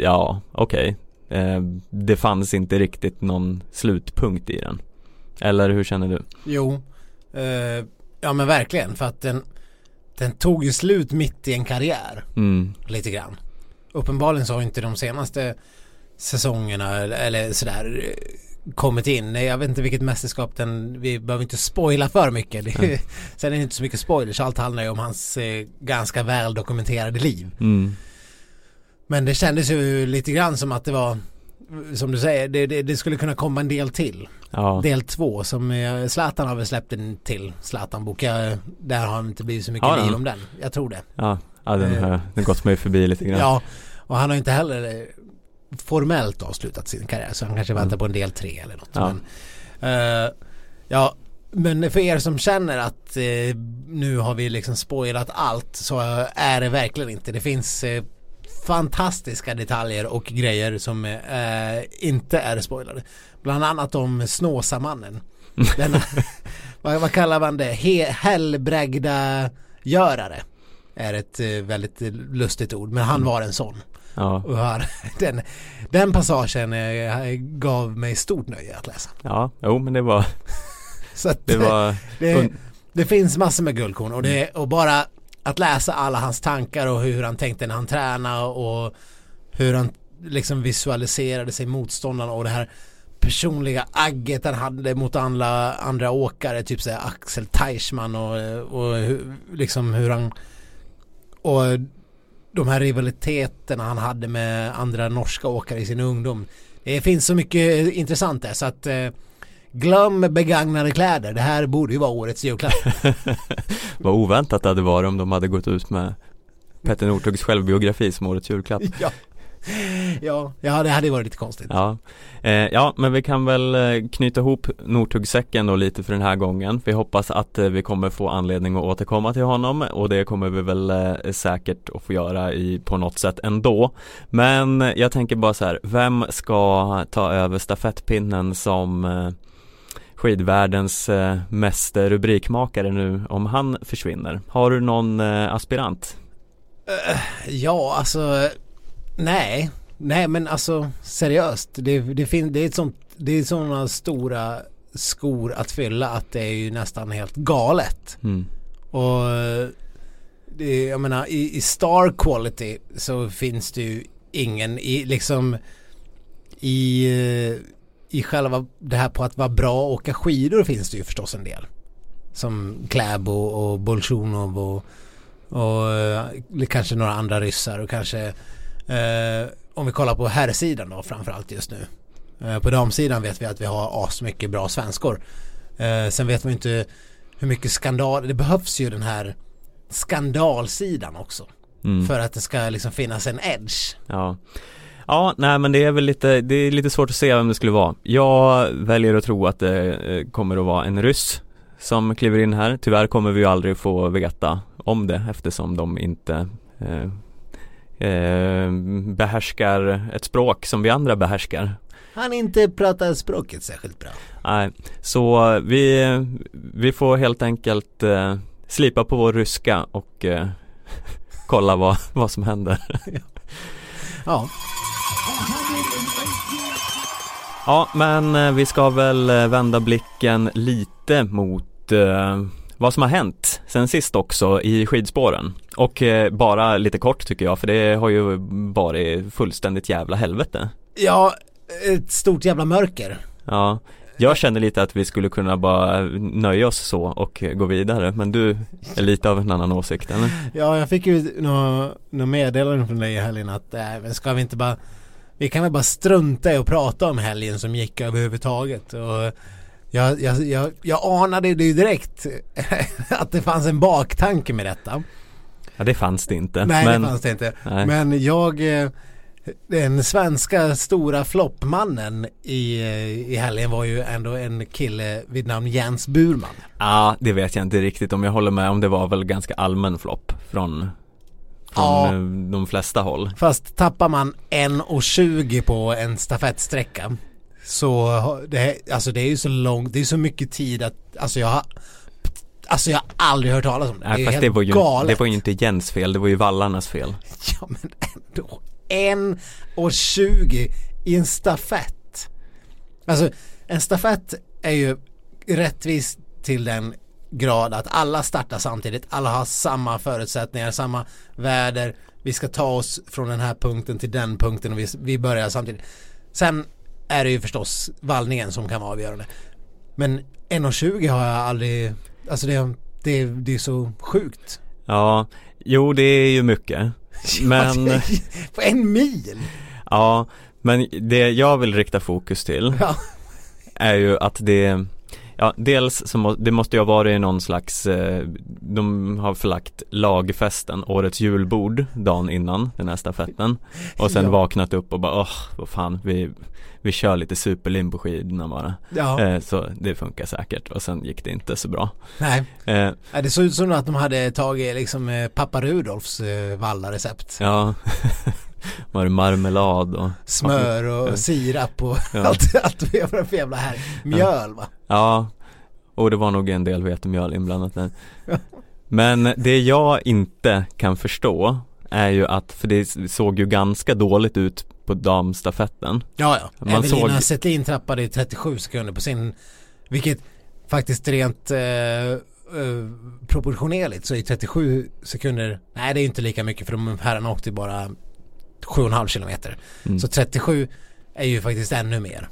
det fanns inte riktigt någon slutpunkt i den. Eller hur känner du? Jo, ja men verkligen, för att den tog ju slut mitt i en karriär. Lite grann. Uppenbarligen så har inte de senaste säsongerna eller sådär kommit in. Jag vet inte vilket mästerskap vi behöver inte spoila för mycket. Sen är det inte så mycket spoilers. Allt handlar ju om hans ganska väl dokumenterade liv. Men det kändes ju lite grann som att det var, som du säger, det skulle kunna komma en del till. Ja. Del 2 som Zlatan har väl släppt en till Zlatan-bok. Där har inte blivit så mycket liv om den. Jag tror det. Ja, den gått mig förbi lite grann. Ja, och han har inte heller formellt avslutat sin karriär, så han kanske väntar på en del 3 eller något. Ja. Men för er som känner att nu har vi liksom spoilat allt, så är det verkligen inte. Det finns fantastiska detaljer och grejer som inte är spoilade. Bland annat om Snåsamannen. Denna, vad kallar man det? Hellbrägda görare är ett väldigt lustigt ord, men han var en sån. Ja. Och den passagen gav mig stort nöje att läsa. Ja, men det var så att det finns massor med guldkorn och bara att läsa alla hans tankar och hur han tänkte när han tränade och hur han liksom visualiserade sig motståndarna och det här personliga agget han hade mot andra åkare, typ så här Axel Teichmann och liksom hur han och de här rivaliteterna han hade med andra norska åkare i sin ungdom. Det finns så mycket intressant där, så att glöm begagnade kläder. Det här borde ju vara årets julklapp. Vad oväntat det hade varit om de hade gått ut med Petter Northugs självbiografi som årets julklapp. Ja, det hade varit lite konstigt. Ja, men vi kan väl knyta ihop Northugsäcken då lite för den här gången. Vi hoppas att vi kommer få anledning att återkomma till honom, och det kommer vi väl säkert att få göra på något sätt ändå. Men jag tänker bara så här, vem ska ta över stafettpinnen som skidvärldens mest rubrikmakare nu om han försvinner? Har du någon aspirant? Ja, alltså nej, nej men alltså seriöst, det är sådana stora skor att fylla att det är ju nästan helt galet. Och det, jag menar i star quality så finns det ju ingen i själva det här på att vara bra och åka skidor finns det ju förstås en del. Som Kläbo och Bolsjunov och kanske några andra ryssar och kanske om vi kollar på herrsidan då framförallt just nu. På damsidan vet vi att vi har mycket bra svenskor. Sen vet man inte hur mycket skandal, det behövs ju den här skandalsidan också för att det ska liksom finnas en edge. Ja, nej men det är lite svårt att se vem det skulle vara. Jag väljer att tro att det kommer att vara en ryss som kliver in här. Tyvärr kommer vi ju aldrig få veta om det eftersom de inte behärskar ett språk som vi andra behärskar. Han inte pratar språket särskilt bra. Nej, så vi får helt enkelt slipa på vår ryska och kolla vad som händer. Ja. Ja, men vi ska väl vända blicken lite mot vad som har hänt sen sist också i skidspåren. Och bara lite kort tycker jag, för det har ju varit fullständigt jävla helvete. Ja, ett stort jävla mörker. Ja, jag känner lite att vi skulle kunna bara nöja oss så och gå vidare. Men du är lite av en annan åsikt, eller? Ja, jag fick ju några meddelanden från dig i helgen att ska vi inte bara... Vi kan väl bara strunta i att prata om helgen som gick överhuvudtaget. Och jag anade det ju direkt att det fanns en baktanke med detta. Ja, det fanns det inte. Nej, det fanns det inte. Nej. Men den svenska stora floppmannen i helgen var ju ändå en kille vid namn Jens Burman. Ja, det vet jag inte riktigt om jag håller med om. Det var väl ganska allmän flopp från de flesta håll. Fast tappar man 1,20 på en stafettsträcka så det är ju så långt, det är så mycket tid att jag har aldrig hört talas om det. Nej, fast det var ju inte Jens fel, det var ju vallarnas fel. Ja, men ändå 1,20 i en stafett. Alltså en stafett är ju rättvis till den grad att alla startar samtidigt, alla har samma förutsättningar, samma väder, vi ska ta oss från den här punkten till den punkten och vi börjar samtidigt. Sen är det ju förstås vallningen som kan vara avgörande. Men 1,20 har jag aldrig, alltså det är så sjukt. Ja, jo det är ju mycket. Men på 1 mil. Ja, men det jag vill rikta fokus till är ju att dels så det måste ju ha varit någon slags de har förlagt lagfesten, årets julbord dagen innan den här stafetten och sen vaknat upp och bara vad fan, vi kör lite superlim på skidorna bara. Så det funkar säkert och sen gick det inte så bra. Nej. Det såg ut som att de hade tagit liksom pappa Rudolfs vallarecept. Ja. Var det marmelad och smör och sirap och allt för jävla här mjöl va? Ja, och det var nog en del vetemjöl inblandat där. Men det jag inte kan förstå är ju att, för det såg ju ganska dåligt ut på damstafetten. Ja. Evelina Settlin trappade i 37 sekunder på sin, vilket faktiskt rent proportionerligt så i 37 sekunder, nej det är inte lika mycket för de herrarna åkte bara 7,5 kilometer. Så 37 är ju faktiskt ännu mer.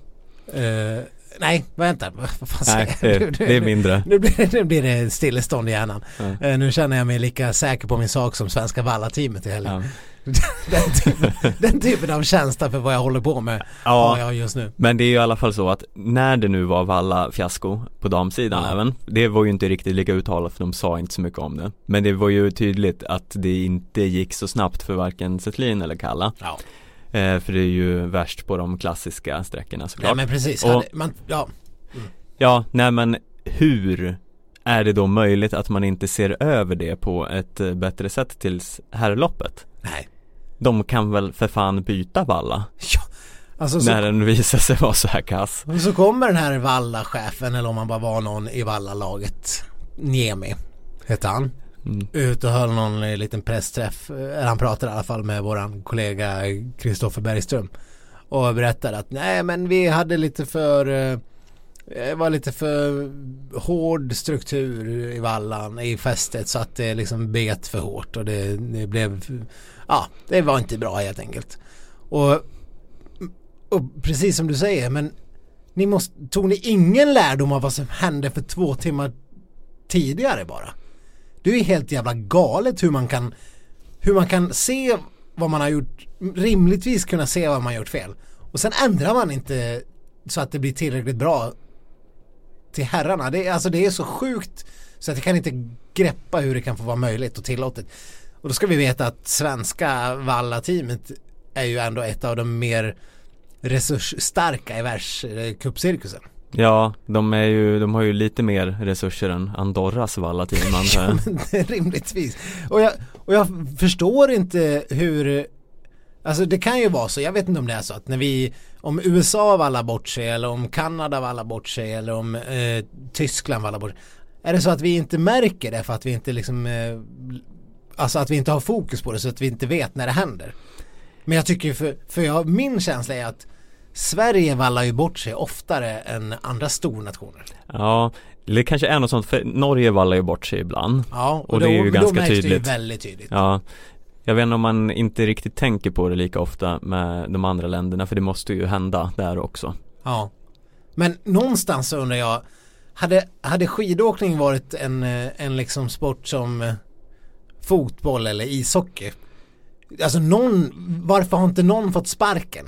Nej, vänta. Vad fan säger jag? Det är mindre. Nu blir det stillestånd i hjärnan. Nu känner jag mig lika säker på min sak som svenska vallateamet i helgen. Den typen av känsla för vad jag håller på med har jag just nu. Men det är ju i alla fall så att när det nu var valla fiasko på damsidan även, det var ju inte riktigt lika uttalat för de sa inte så mycket om det. Men det var ju tydligt att det inte gick så snabbt för varken Settlin eller Kalla. Ja. För det är ju värst på de klassiska sträckorna såklart. Ja men precis. Nej men hur är det då möjligt att man inte ser över det på ett bättre sätt tills herrloppet? Nej. De kan väl för fan byta valla? Ja. Alltså, när den visar sig vara så här kass. Och så kommer den här valla-chefen, eller om man bara var någon i valla-laget, Niemi heter han. ut och höll någon liten pressträff. Han pratade i alla fall med våran kollega Kristoffer Bergström och berättade att nej, men vi hade lite för hård struktur i vallan i fästet, så att det liksom bet för hårt och det blev, det var inte bra helt enkelt. Och precis som du säger, men tog ni ingen lärdom av vad som hände för 2 timmar tidigare bara? Det är helt jävla galet hur man kan se vad man har gjort, rimligtvis kunna se vad man har gjort fel. Och sen ändrar man inte så att det blir tillräckligt bra till herrarna. Det är så sjukt så att jag kan inte greppa hur det kan få vara möjligt och tillåtet. Och då ska vi veta att svenska Valla-teamet är ju ändå ett av de mer resursstarka i världscupcirkusen. Ja, de har ju lite mer resurser än Andorras Valla-team, antar jag. Rimligtvis. Och jag förstår inte hur, alltså det kan ju vara så, jag vet inte om det är så att om USA vallar bort sig, eller om Kanada vallar bort sig, eller om Tyskland vallar bort sig, är det så att vi inte märker det för att vi inte liksom alltså att vi inte har fokus på det, så att vi inte vet när det händer. Men jag tycker min känsla är att Sverige vallar ju bort sig oftare än andra stornationer. Ja, det kanske är något sånt, för Norge vallar ju bort sig ibland. Ja, och det är ju ganska tydligt. Det ju väldigt tydligt. Ja, jag vet inte om man inte riktigt tänker på det lika ofta med de andra länderna, för det måste ju hända där också. Ja, men någonstans så undrar jag, hade skidåkning varit en liksom sport som fotboll eller ishockey? Alltså varför har inte någon fått sparken?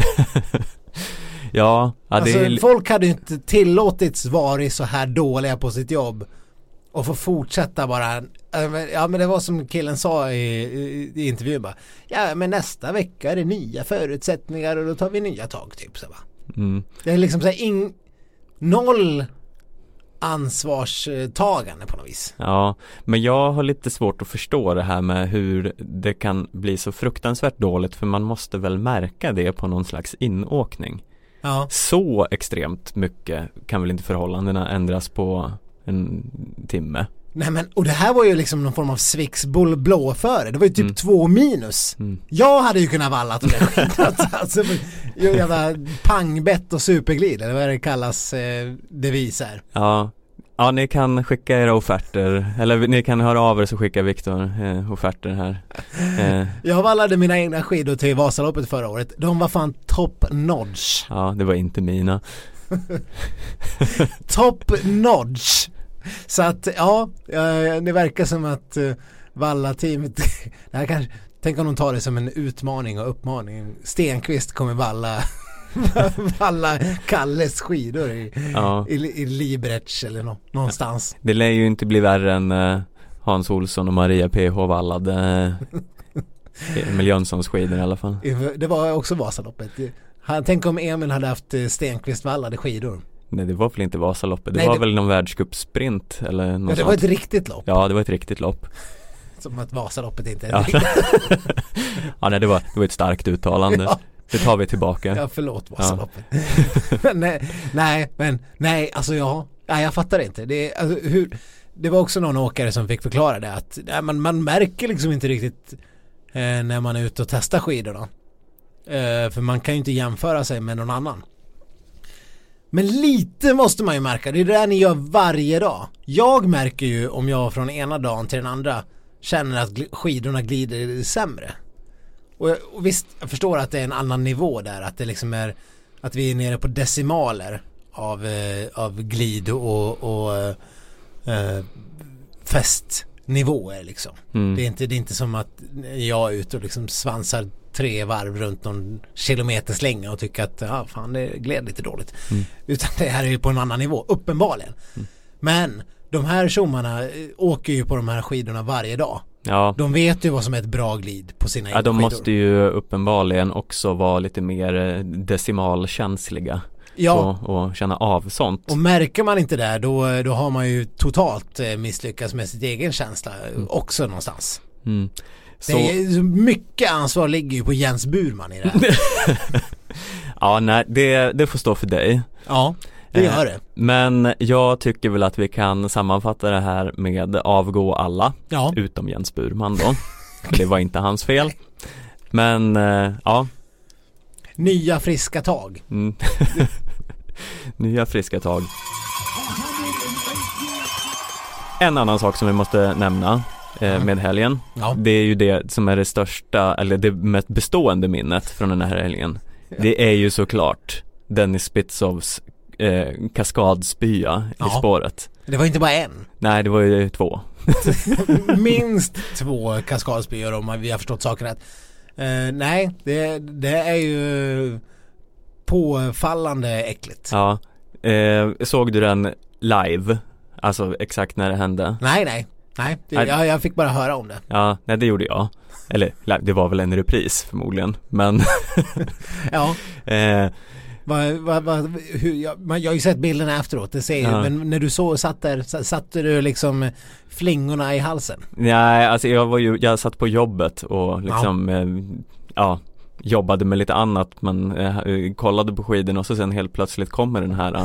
Ja, alltså, folk hade ju inte tillåtits vara så här dåliga på sitt jobb och få fortsätta bara. Ja, men det var som killen sa i intervjun bara, ja, men nästa vecka är det nya förutsättningar och då tar vi nya tag typ så va. Det är liksom så här noll ansvarstagande på något vis. Ja, men jag har lite svårt att förstå det här med hur det kan bli så fruktansvärt dåligt, för man måste väl märka det på någon slags inåkning. Ja. Så extremt mycket kan väl inte förhållandena ändras på en timme. Nej, men och det här var ju liksom någon form av Svixbull blåföre. Det var ju typ 2 minus. Jag hade ju kunnat valla till det. Alltså, jävla pangbett och superglid, eller vad det kallas deviser. Ja, ni kan skicka era offerter, eller ni kan höra av er så skickar Viktor offerter här. Jag vallade mina egna skidor till Vasaloppet förra året. De var fan top notch. Ja, det var inte mina. Top notch. Så att det verkar som att Valla-teamet det här kanske, tänk om de tar det som en utmaning och uppmaning. Stenqvist kommer valla Kalles skidor i Liberec eller någonstans. Det lär ju inte bli värre än Hans Olsson och Maria PH vallade Emil Jönssons skidor i alla fall. Det var också Vasaloppet. Tänk om Emil hade haft Stenqvist vallade skidor. Nej, det var väl inte Vasaloppet. Det var väl någon världscupsprint eller något det var ett riktigt lopp. Ja, det var ett riktigt lopp. Som att Vasaloppet inte är riktigt. Ja, nej, det var ett starkt uttalande. Ja. Det tar vi tillbaka. Ja, förlåt Vasaloppet. Nej, alltså jag fattar inte. Det var också någon åkare som fick förklara det att man märker liksom inte riktigt när man är ute och testar skidorna. För man kan ju inte jämföra sig med någon annan. Men lite måste man ju märka. Det är det där ni gör varje dag. Jag märker ju om jag från ena dagen till den andra känner att skidorna glider sämre. Och visst, jag förstår att det är en annan nivå där. Att det liksom är att vi är nere på decimaler av glid och fästnivåer liksom. Det är inte som att jag är ute och liksom svansar 3 varv runt någon kilometer slänga och tycker att fan, det gled lite dåligt. Utan det här är ju på en annan nivå, uppenbarligen. Men de här tjommarna åker ju på de här skidorna varje dag. Ja. De vet ju vad som är ett bra glid på sina egna de skidor. Måste ju uppenbarligen också vara lite mer decimalkänsliga. Ja. Och känna av sånt. Och märker man inte det, då har man ju totalt misslyckats med sitt egen känsla också någonstans. Så det är, mycket ansvar ligger ju på Jens Burman i det här. Ja, nej, det får stå för dig. Ja. Det gör det. Men jag tycker väl att vi kan sammanfatta det här med avgå alla, Ja. utom Jens Burman då. Det var inte hans fel. Men ja. Nya friska tag. Mm. Nya friska tag. En annan sak som vi måste nämna med helgen. Ja. Det är ju det som är det största, eller det mest bestående minnet från den här helgen. Det är ju såklart Dennis Spitzovs kaskadspya i spåret. Det var inte bara en. Nej, det var ju 2. Minst 2 kaskadspyor om vi har förstått saken rätt. Nej, det är ju påfallande äckligt. Ja. Såg du den live? Alltså exakt när det hände? Nej. Jag fick bara höra om det. Ja, nej, det gjorde jag. Eller det var väl en repris förmodligen. Men ja. Jag har ju sett bilderna efteråt. Det ser ju, men när du satte du liksom flingorna i halsen? Nej, alltså jag satt på jobbet och liksom jobbade med lite annat, men kollade på skidorna och så sen helt plötsligt kommer den här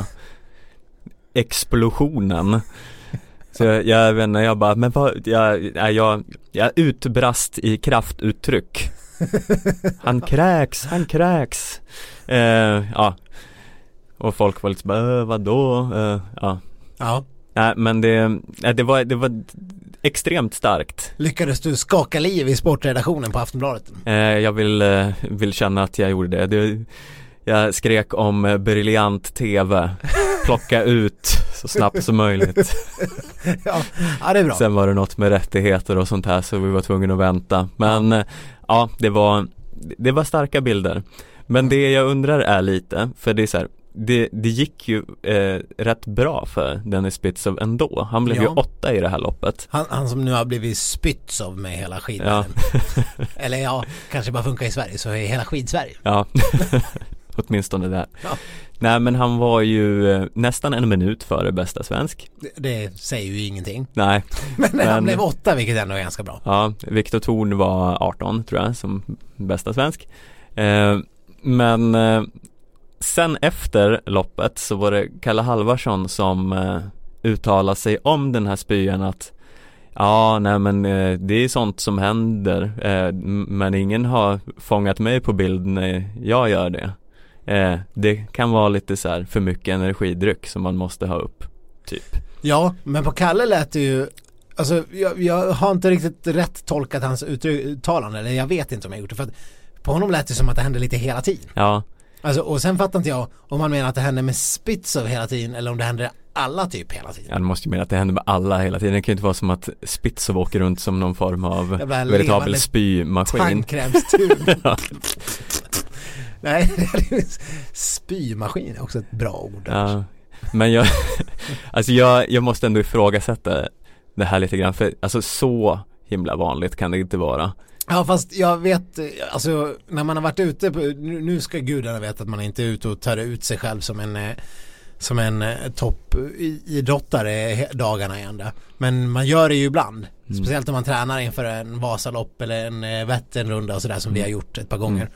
explosionen. Så jag vet inte, jag bara, men vad, jag utbrast i kraftuttryck. Han kräks. Ja. Och folk var lite så bara, vadå? Ja. Nej, men det var extremt starkt. Lyckades du skaka liv i sportredaktionen på Aftonbladet? Jag vill känna att jag gjorde det. Jag skrek om briljant tv. Plocka ut så snabbt som möjligt. Ja, det är bra. Sen var det något med rättigheter och sånt här, så vi var tvungna att vänta. Men ja, det var starka bilder. Men det jag undrar är lite, för det är så här, det gick ju rätt bra för Dennis Spitzov ändå. Han blev ju 8 i det här loppet. Han som nu har blivit Spitzov med hela skidvärlden. Ja. Eller kanske bara funkar i Sverige, så är hela skidsverige. Ja. Åtminstone där. Ja. Nej, men han var ju nästan en minut före bästa svensk. Det säger ju ingenting. Nej. men han blev 8, vilket ändå är ganska bra. Ja, Viktor Thorn var 18 tror jag som bästa svensk. Men sen efter loppet så var det Kalle Halvarsson som uttalade sig om den här spyan att det är sånt som händer, men ingen har fångat mig på bild när jag gör det. Det kan vara lite så här för mycket energidryck som man måste ha upp, typ. Ja, men på Kalle lät det ju, alltså jag har inte riktigt rätt tolkat hans uttalande, eller jag vet inte om jag gjort det, för att på honom lät det som att det hände lite hela tiden. Ja. Alltså, och sen fattar inte jag om man menar att det händer med Spitzov hela tiden eller om det händer alla typ hela tiden. Ja, det måste ju mena att det händer med alla hela tiden. Det kan ju inte vara som att Spitzov åker runt som någon form av veritabel spymaskin. Tandkrämstub. Ja. Nej, spymaskin är också ett bra ord. Ja. Men jag måste ändå ifrågasätta det här lite grann, för alltså så himla vanligt kan det inte vara. Ja, fast jag vet, alltså när man har varit ute på, nu ska gudarna veta att man inte är ute och tar ut sig själv som en toppidrottare dagarna igen där. Men man gör det ju ibland. Speciellt om man tränar inför en Vasalopp eller en Vätternrunda och sådär som vi har gjort ett par gånger.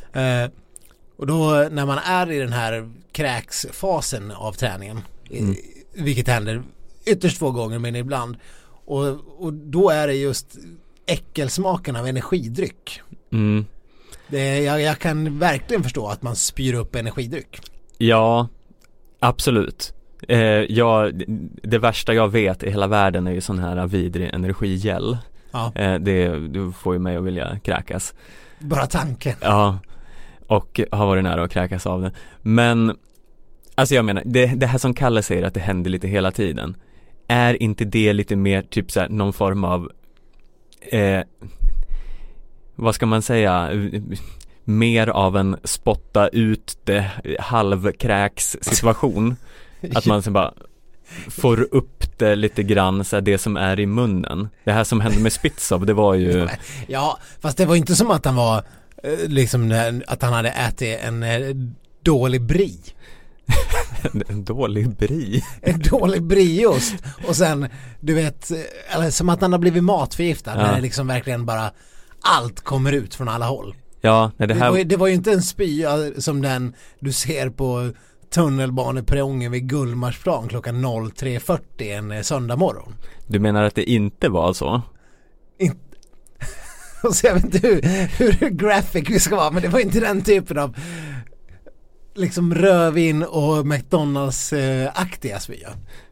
Och då när man är i den här kräksfasen av träningen, vilket händer ytterst få gånger men ibland, och då är det just äckelsmaken av energidryck. Jag kan verkligen förstå att man spyr upp energidryck. Ja, absolut. Det värsta jag vet i hela världen är ju sån här vidrig energigel. Ja. Det får ju mig att vilja kräkas. Bara tanken. Ja, och har varit nära att kräkas av det. Men alltså jag menar, det här som Kalle säger att det händer lite hela tiden, är inte det lite mer typ så här, någon form av vad ska man säga, mer av en spotta ut det halvkräks situation? Att man så bara får upp det lite grann, så här, det som är i munnen. Det här som hände med Spitzov, det var ju... Ja, fast det var inte som att han var liksom att han hade ätit en dålig brie. En dålig brie? En dålig brieost. Och sen, du vet, eller som att han har blivit matförgiftad. När det liksom verkligen bara allt kommer ut från alla håll. Ja, det var ju inte en spya som den du ser på tunnelbaneperrongen vid Gullmarsplan klockan 03.40 en söndag morgon. Du menar att det inte var så? Så jag vet inte hur graphic vi ska vara, men det var inte den typen av liksom rövin och McDonalds-aktiga spya.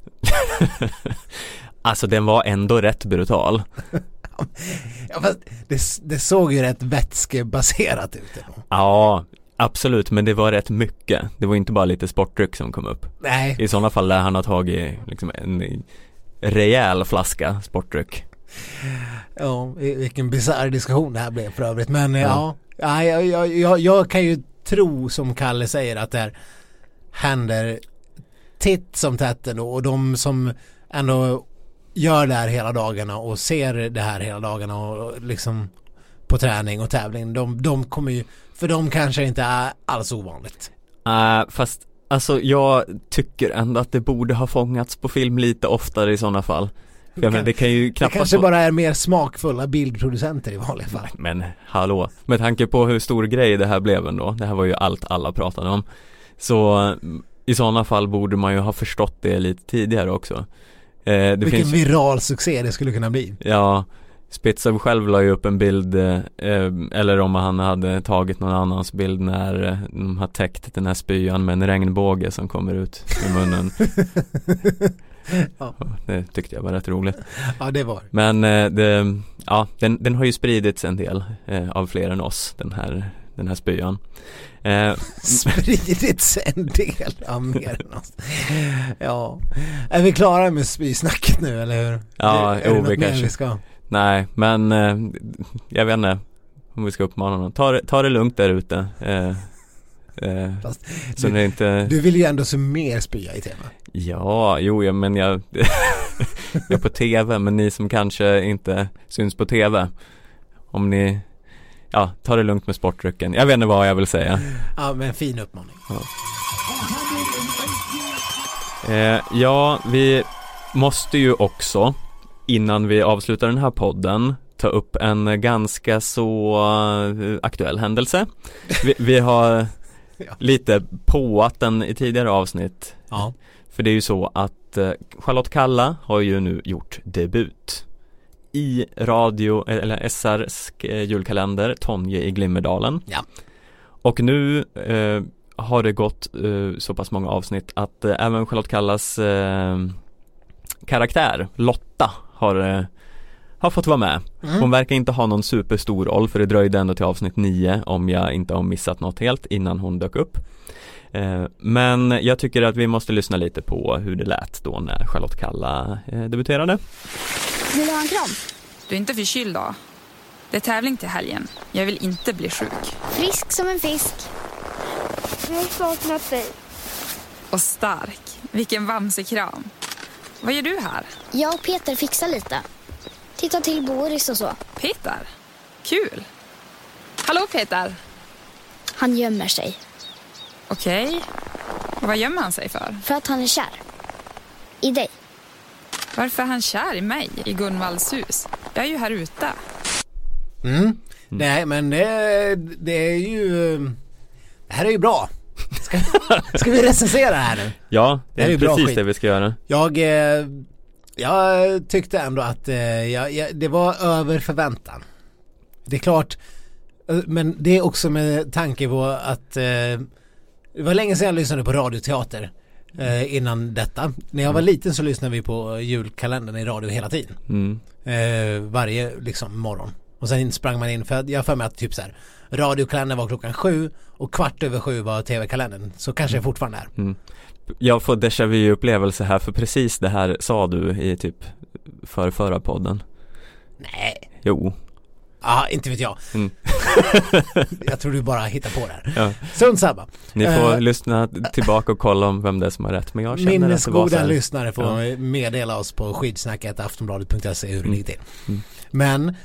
Alltså den var ändå rätt brutal. Ja, fast det såg ju rätt vätskebaserat ut. Ja, absolut, men det var rätt mycket. Det var inte bara lite sportdryck som kom upp. Nej. I sådana fall där han har tagit liksom en rejäl flaska sportdryck. Ja, vilken bizarr diskussion det här blev för övrigt. Men jag kan ju tro, som Kalle säger, att det här händer titt som tätt ändå. Och de som ändå gör det här hela dagarna och ser det här hela dagarna och liksom på träning och tävling, de kommer ju, för de kanske inte är alls ovanligt. Fast alltså jag tycker ändå att det borde ha fångats på film lite oftare i sådana fall. Det kan ju knappast, det kanske bara är mer smakfulla bildproducenter i vanliga fall. Men hallå, med tanke på hur stor grej det här blev ändå, det här var ju allt alla pratade om, så i sådana fall borde man ju ha förstått det lite tidigare också. Vilken viral succé det skulle kunna bli. Ja, Spitzer själv la ju upp en bild, eller om han hade tagit någon annans bild när de har täckt den här spyan med en regnbåge som kommer ut ur munnen. Ja. Det tyckte jag var rätt roligt. Ja, det var. Men den har ju spridits en del av fler än oss, den här spyan. Spridits en del av mer än oss. Ja. Är vi klara med spysnacket nu, eller hur? Ja, vi kanske ska. Nej, men jag vet inte om vi ska uppmana någon. Ta det lugnt där ute. Så det inte... Du vill ju ändå se mer spya i tv. Ja, men jag är på tv, men ni som kanske inte syns på tv, om ni ta det lugnt med sportdrycken. Jag vet inte vad jag vill säga. Ja, men fin uppmaning. Ja, vi måste ju också, innan vi avslutar den här podden, ta upp en ganska så aktuell händelse. Vi har lite påat den i tidigare avsnitt. Ja. För det är ju så att Charlotte Kalla har ju nu gjort debut i radio, eller SR:s julkalender Tonje i Glimmerdalen. Ja. Och nu har det gått så pass många avsnitt att även Charlotte Kallas karaktär Lotta har fått vara med. Hon verkar inte ha någon superstor roll, för det dröjde ändå till avsnitt 9, om jag inte har missat något helt, innan hon dök upp. Men jag tycker att vi måste lyssna lite på hur det lät då när Charlotte Kalla debuterade. Vill du ha en kram? Du är inte förkyld då? Det är tävling till helgen. Jag vill inte bli sjuk. Frisk som en fisk. Jag har saknat dig. Och stark. Vilken vamsekram. Vad gör du här? Jag och Peter fixar lite. Titta till Boris och så. Peter? Kul. Hallå Peter. Han gömmer sig. Okej. Vad gömmer han sig för? För att han är kär. I dig. Varför är han kär i mig i Gunvalls hus? Jag är ju här ute. Nej, men det är ju... Det här är ju bra. Ska vi recensera det här nu? Ja, det är precis det vi ska göra. Jag tyckte ändå att det var över förväntan. Det är klart, men det är också med tanke på att det var länge sedan jag lyssnade på radioteater innan detta. När jag var liten så lyssnade vi på julkalendern i radio hela tiden. Varje liksom morgon. Och sen sprang man in, för jag för mig att typ så här, radiokalendern var 7:00 och 7:15 var tv-kalendern. Så kanske jag fortfarande är. Jag får déjà vu-upplevelse här, för precis det här sa du i typ förra podden. Nej. Jo. Ja, inte vet jag. Jag tror du bara hittar på det här. Ja. Sunt samma. Ni får lyssna tillbaka och kolla om vem det är som har rätt. Men jag känner att det var så här. Lyssnare får meddela oss på skidsnacket.aftonbladet.se hur det ligger till. Men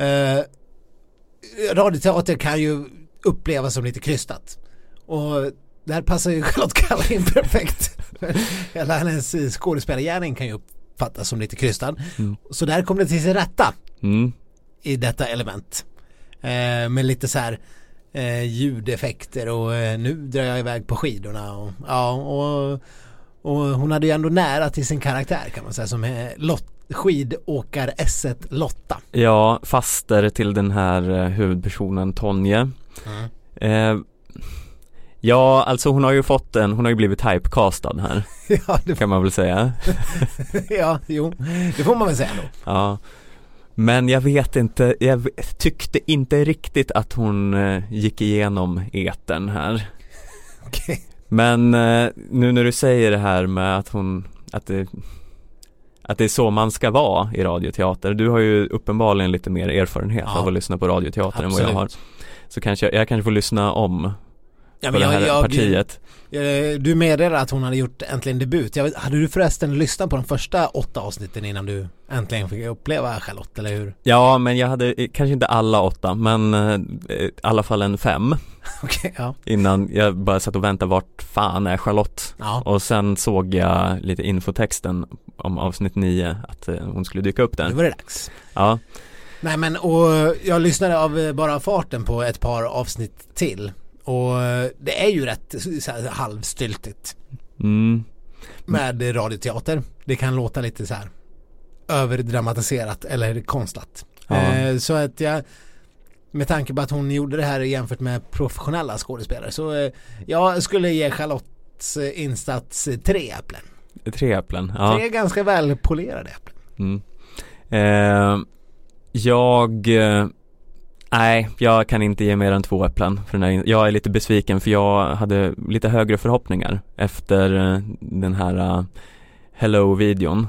radioteater kan ju upplevas som lite krystat. Och där passar ju Charlotte Kalla in perfekt. Hela hennes skådespelargärning kan ju uppfattas som lite krystad. Så där kom det till sig rätta i detta element. Med lite så här ljudeffekter och nu drar jag iväg på skidorna och hon hade ju ändå nära till sin karaktär kan man säga, som är skidåkar S1 Lotta. Ja, faster till den här huvudpersonen Tonje. Ja, alltså hon har ju blivit typecastad här. Ja, kan man väl säga. Ja, jo, det får man väl säga då. Ja. Men jag vet inte, jag tyckte inte riktigt att hon gick igenom etern här. Okay. Men nu när du säger det här med att det är så man ska vara i radioteater. Du har ju uppenbarligen lite mer erfarenhet av att lyssna på radioteater än vad jag har. Så jag kanske får lyssna om på det här partiet. Du meddelade att hon hade gjort äntligen debut. Hade du förresten lyssnat på de första 8 avsnitten innan du äntligen fick uppleva Charlotte, eller hur? Ja, men jag hade kanske inte alla 8, men i alla fall en 5. Okay, ja. Innan jag bara satt och väntade, vart fan är Charlotte? Ja. Och sen såg jag lite infotexten om avsnitt 9 att hon skulle dyka upp där. Det var det dags. Ja. Nej, men och jag lyssnade av bara farten på ett par avsnitt till. Och det är ju rätt så här, halvstyltigt med radioteater. Det kan låta lite så här överdramatiserat eller konstlat. Så att med tanke på att hon gjorde det här jämfört med professionella skådespelare, så jag skulle ge Charlottes insats 3 äpplen. 3 äpplen, ja. 3 ganska väl polerade äpplen. Nej, jag kan inte ge mer än 2 äpplen för den här. Jag är lite besviken för jag hade lite högre förhoppningar efter den här Hello-videon.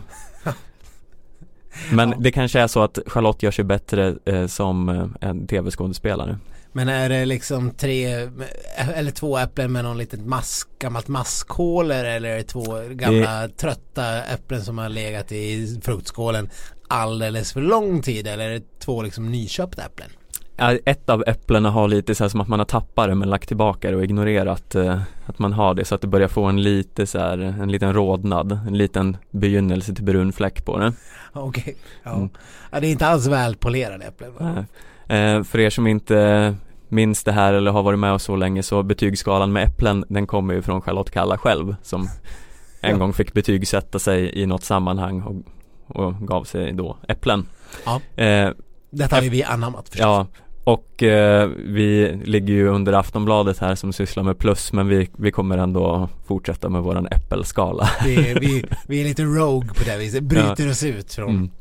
Men det kanske är så att Charlotte gör sig bättre som en tv-skådespelare. Men är det liksom 3 eller 2 äpplen med någon litet gammalt maskhål, eller är det 2 gamla trötta äpplen som har legat i fruktskålen alldeles för lång tid, eller är det 2 liksom nyköpta äpplen? Ja, ett av äpplena har lite så här som att man har tappat det men lagt tillbaka det och ignorerat att man har det, så att det börjar få en liten rodnad, en liten begynnelse till brun fläck på det. Okej, ja. Ja, det är inte alls väl polerade äpplen. För er som inte minns det här eller har varit med oss så länge, så betygsskalan med äpplen, den kommer ju från Charlotte Kalla själv, som en gång fick betygsätta sig i något sammanhang och gav sig då äpplen. Ja. Detta har ju vi anammat förstås. Ja, och vi ligger ju under Aftonbladet här som sysslar med plus, men vi kommer ändå fortsätta med våran äppelskala. Vi är lite rogue på det viset, bryter oss ut från.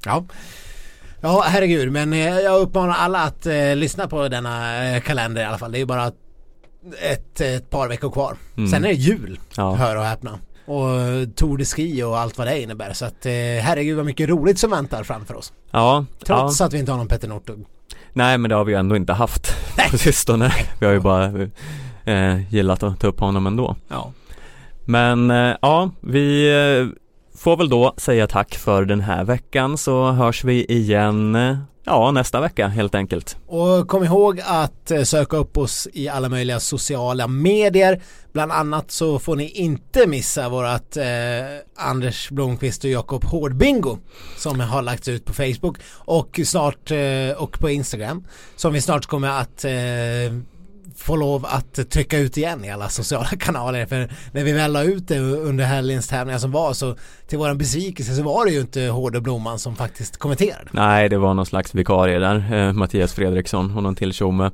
Ja, herregud, men jag uppmanar alla att lyssna på denna kalender i alla fall. Det är ju bara ett par veckor kvar. Sen är det jul, hör och häpna. Och Tour de Ski och allt vad det innebär. Så att herregud vad mycket roligt som väntar framför oss. Ja. Trots att vi inte har någon Petter Northug. Nej, men det har vi ju ändå inte haft på sistone. Vi har ju bara gillat att ta upp honom ändå. Ja. Men vi får väl då säga tack för den här veckan, så hörs vi igen nästa vecka helt enkelt. Och kom ihåg att söka upp oss i alla möjliga sociala medier. Bland annat så får ni inte missa vårat Anders Blomqvist och Jakob Hårdbingo som har lagts ut på Facebook och snart och på Instagram, som vi snart kommer att få lov att trycka ut igen i alla sociala kanaler. För när vi väl la ut det under helgens tävlingar som var, så till våran besvikelse så var det ju inte Hård och Blomman som faktiskt kommenterade. Nej, det var någon slags vikarie där, Mattias Fredriksson och någon till tjomme.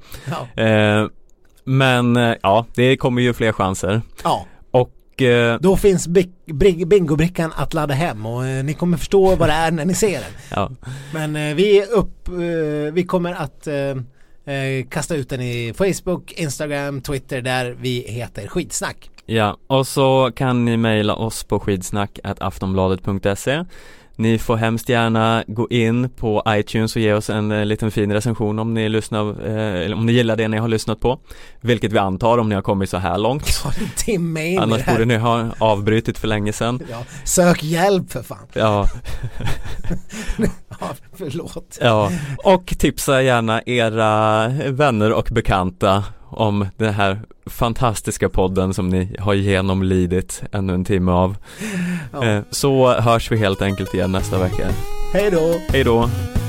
Men det kommer ju fler chanser. Ja. Och då finns bingobrickan att ladda hem, och ni kommer förstå vad det är när ni ser den. Ja. Men vi kommer att kasta ut den i Facebook, Instagram, Twitter, där vi heter Skidsnack. Ja, och så kan ni mejla oss på skidsnack@aftonbladet.se. Ni får hemskt gärna gå in på iTunes och ge oss en liten fin recension om ni eller om ni gillar det ni har lyssnat på, vilket vi antar om ni har kommit så här långt. Ja, en timme in. Annars borde ni ha avbrytit för länge sedan. Ja, sök hjälp för fan. Ja. Ja, förlåt. Ja, och tipsa gärna era vänner och bekanta om den här fantastiska podden som ni har genomlidit ännu en timme av. Så hörs vi helt enkelt igen nästa vecka. Hej då! Hej då!